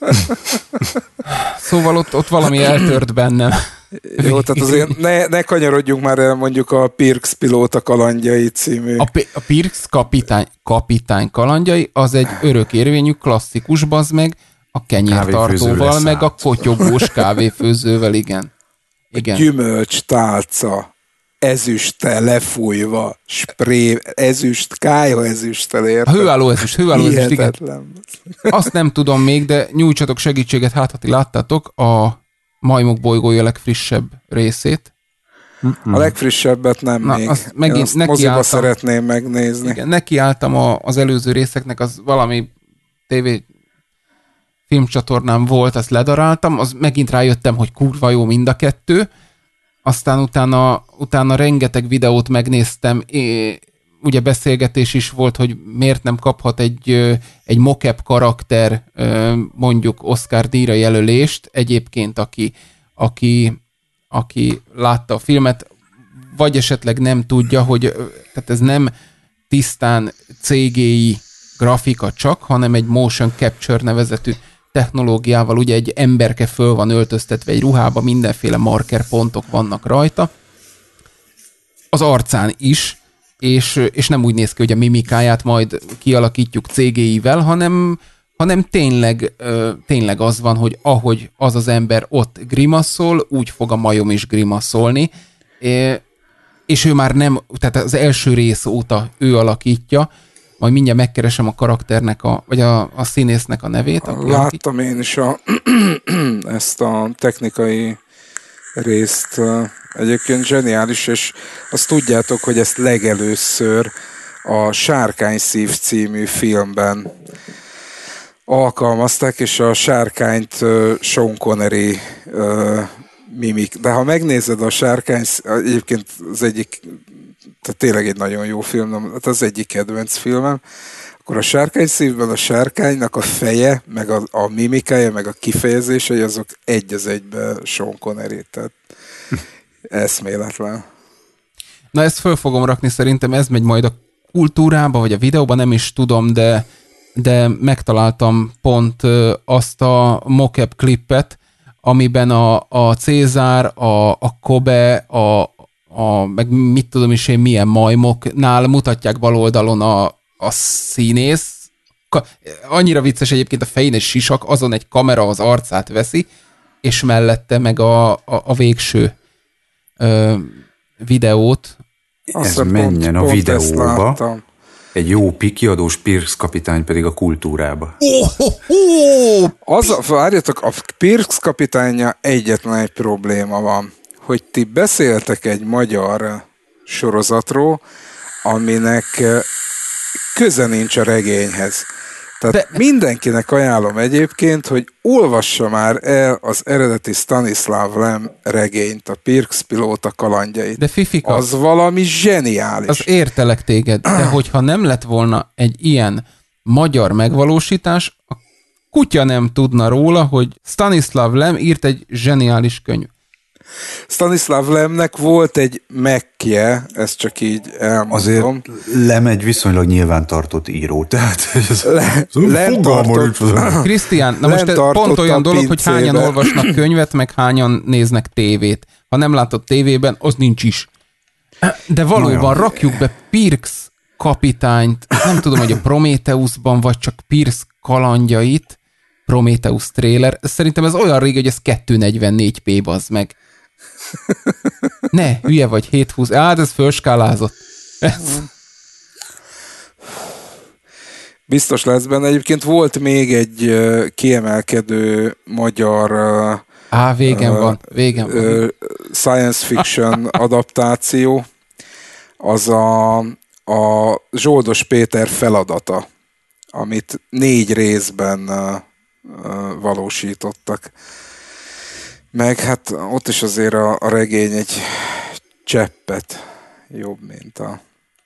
Speaker 1: Szóval ott valami eltört bennem.
Speaker 2: Jó, tehát azért ne kanyarodjunk már el mondjuk a Pirx pilóta kalandjai című.
Speaker 1: A Pirx kapitány kalandjai az egy örökérvényű klasszikus, bazd meg, a kenyértartóval, meg a kotyogós kávéfőzővel, igen.
Speaker 2: Gyümölcs tálca, ezüsttel lefújva, spré, ezüst, kályha ezüsttel, érted?
Speaker 1: Hőálló ezüst, igen. Azt nem tudom még, de nyújtsatok segítséget, hát ha ti láttátok a Majmok bolygója legfrissebb részét.
Speaker 2: A legfrissebbet nem még. Azt moziba szeretném megnézni.
Speaker 1: Igen, nekiálltam az előző részeknek, az valami TV filmcsatornán volt, azt ledaráltam, az megint rájöttem, hogy kurva jó mind a kettő, aztán utána rengeteg videót megnéztem, ugye beszélgetés is volt, hogy miért nem kaphat egy mocap karakter mondjuk Oscar díjra jelölést, egyébként aki látta a filmet, vagy esetleg nem tudja, hogy tehát ez nem tisztán CGI grafika csak, hanem egy motion capture nevezetű technológiával, ugye egy emberke föl van öltöztetve egy ruhába, mindenféle marker pontok vannak rajta, az arcán is, és nem úgy néz ki, hogy a mimikáját majd kialakítjuk CGI-vel, hanem tényleg az van, hogy ahogy az ember ott grimaszol, úgy fog a majom is grimaszolni, és ő már nem, tehát az első rész óta ő alakítja, majd mindjárt megkeresem a karakternek, vagy a színésznek a nevét.
Speaker 2: Láttam én is ezt a technikai részt, egyébként zseniális, és azt tudjátok, hogy ezt legelőször a Sárkányszív című filmben alkalmazták, és a sárkányt Sean Connery mimik. De ha megnézed a Sárkány, egyébként az egyik, tehát tényleg egy nagyon jó film, az egyik kedvenc filmem, akkor a Sárkányszívben a sárkánynak a feje, meg a mimikája, meg a kifejezései, azok egy az egybe Sean Connery, tehát eszméletlen.
Speaker 1: Na ezt föl fogom rakni, szerintem ez megy majd a kultúrába, vagy a videóba, nem is tudom, de megtaláltam pont azt a mocap klippet, amiben a Cézár, a Kobe, meg mit tudom is én milyen majmoknál mutatják bal oldalon a színész. Annyira vicces egyébként, a fején egy sisak, azon egy kamera az arcát veszi, és mellette meg a végső videót.
Speaker 3: Ez menjen a videóba. Egy jó kiadós Pirx kapitány pedig a kultúrába.
Speaker 2: Várjatok, a Pirx kapitánya egyetlen egy probléma van, hogy ti beszéltek egy magyar sorozatról, aminek köze nincs a regényhez. Tehát mindenkinek ajánlom egyébként, hogy olvassa már el az eredeti Stanislav Lem regényt, a Pirx pilóta kalandjait.
Speaker 1: De Fifika,
Speaker 2: az valami zseniális.
Speaker 1: Az értelek téged, de hogyha nem lett volna egy ilyen magyar megvalósítás, a kutya nem tudna róla, hogy Stanislav Lem írt egy zseniális könyv.
Speaker 2: Stanislav Lemnek volt egy Mac-je, ezt csak így elmondom.
Speaker 3: Azért Lem egy viszonylag nyilvántartott író, tehát
Speaker 1: Krisztián, na most pont olyan dolog, hogy hányan olvasnak könyvet, meg hányan néznek tévét. Ha nem látod tévében, az nincs is. De valóban rakjuk be Pirx kapitányt, nem tudom, hogy a Prometheusban, vagy csak Pirx kalandjait, Prometheus trailer. Szerintem ez olyan régi, hogy ez 244p, bazd meg. Ne, hülye vagy, 720. Ez fölskálázott.
Speaker 2: Biztos lesz benne. Egyébként volt még egy kiemelkedő magyar
Speaker 1: végem van.
Speaker 2: Science fiction adaptáció. Az a Zsoldos Péter Feladata, amit 4 részben valósítottak. Meg hát ott is azért a regény egy cseppet jobb, mint a...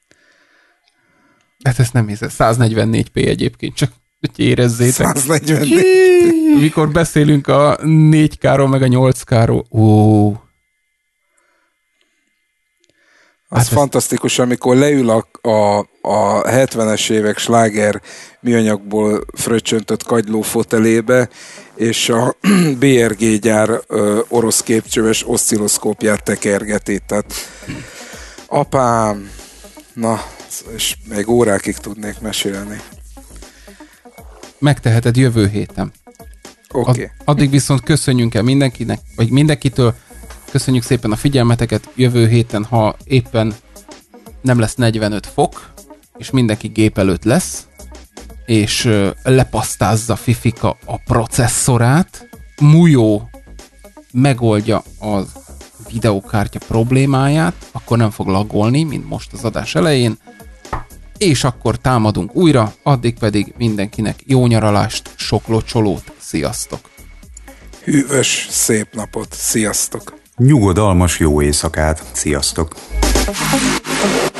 Speaker 1: Hát ezt nem hiszem. 144p egyébként, csak hogy érezzétek.
Speaker 2: 144p.
Speaker 1: Mikor beszélünk a 4K-ról, meg a 8K-ról.
Speaker 2: Az fantasztikus, amikor leül a 70-es évek sláger műanyagból fröccsöntött kagyló fotelébe, és a BRG gyár orosz képcsöves oszcilloszkópját tekergeti. Tehát apám, na, és még órákig tudnék mesélni.
Speaker 1: Megteheted jövő héten.
Speaker 2: Oké.
Speaker 1: Addig viszont köszönjünk el mindenkinek, vagy mindenkitől, köszönjük szépen a figyelmeteket. Jövő héten, ha éppen nem lesz 45 fok, és mindenki gép előtt lesz, és lepasztázza Fifika a processzorát, Mujó megoldja a videókártya problémáját, akkor nem fog laggolni, mint most az adás elején, és akkor támadunk újra, addig pedig mindenkinek jó nyaralást, sok locsolót, sziasztok!
Speaker 2: Hűvös, szép napot, sziasztok!
Speaker 3: Nyugodalmas jó éjszakát, sziasztok!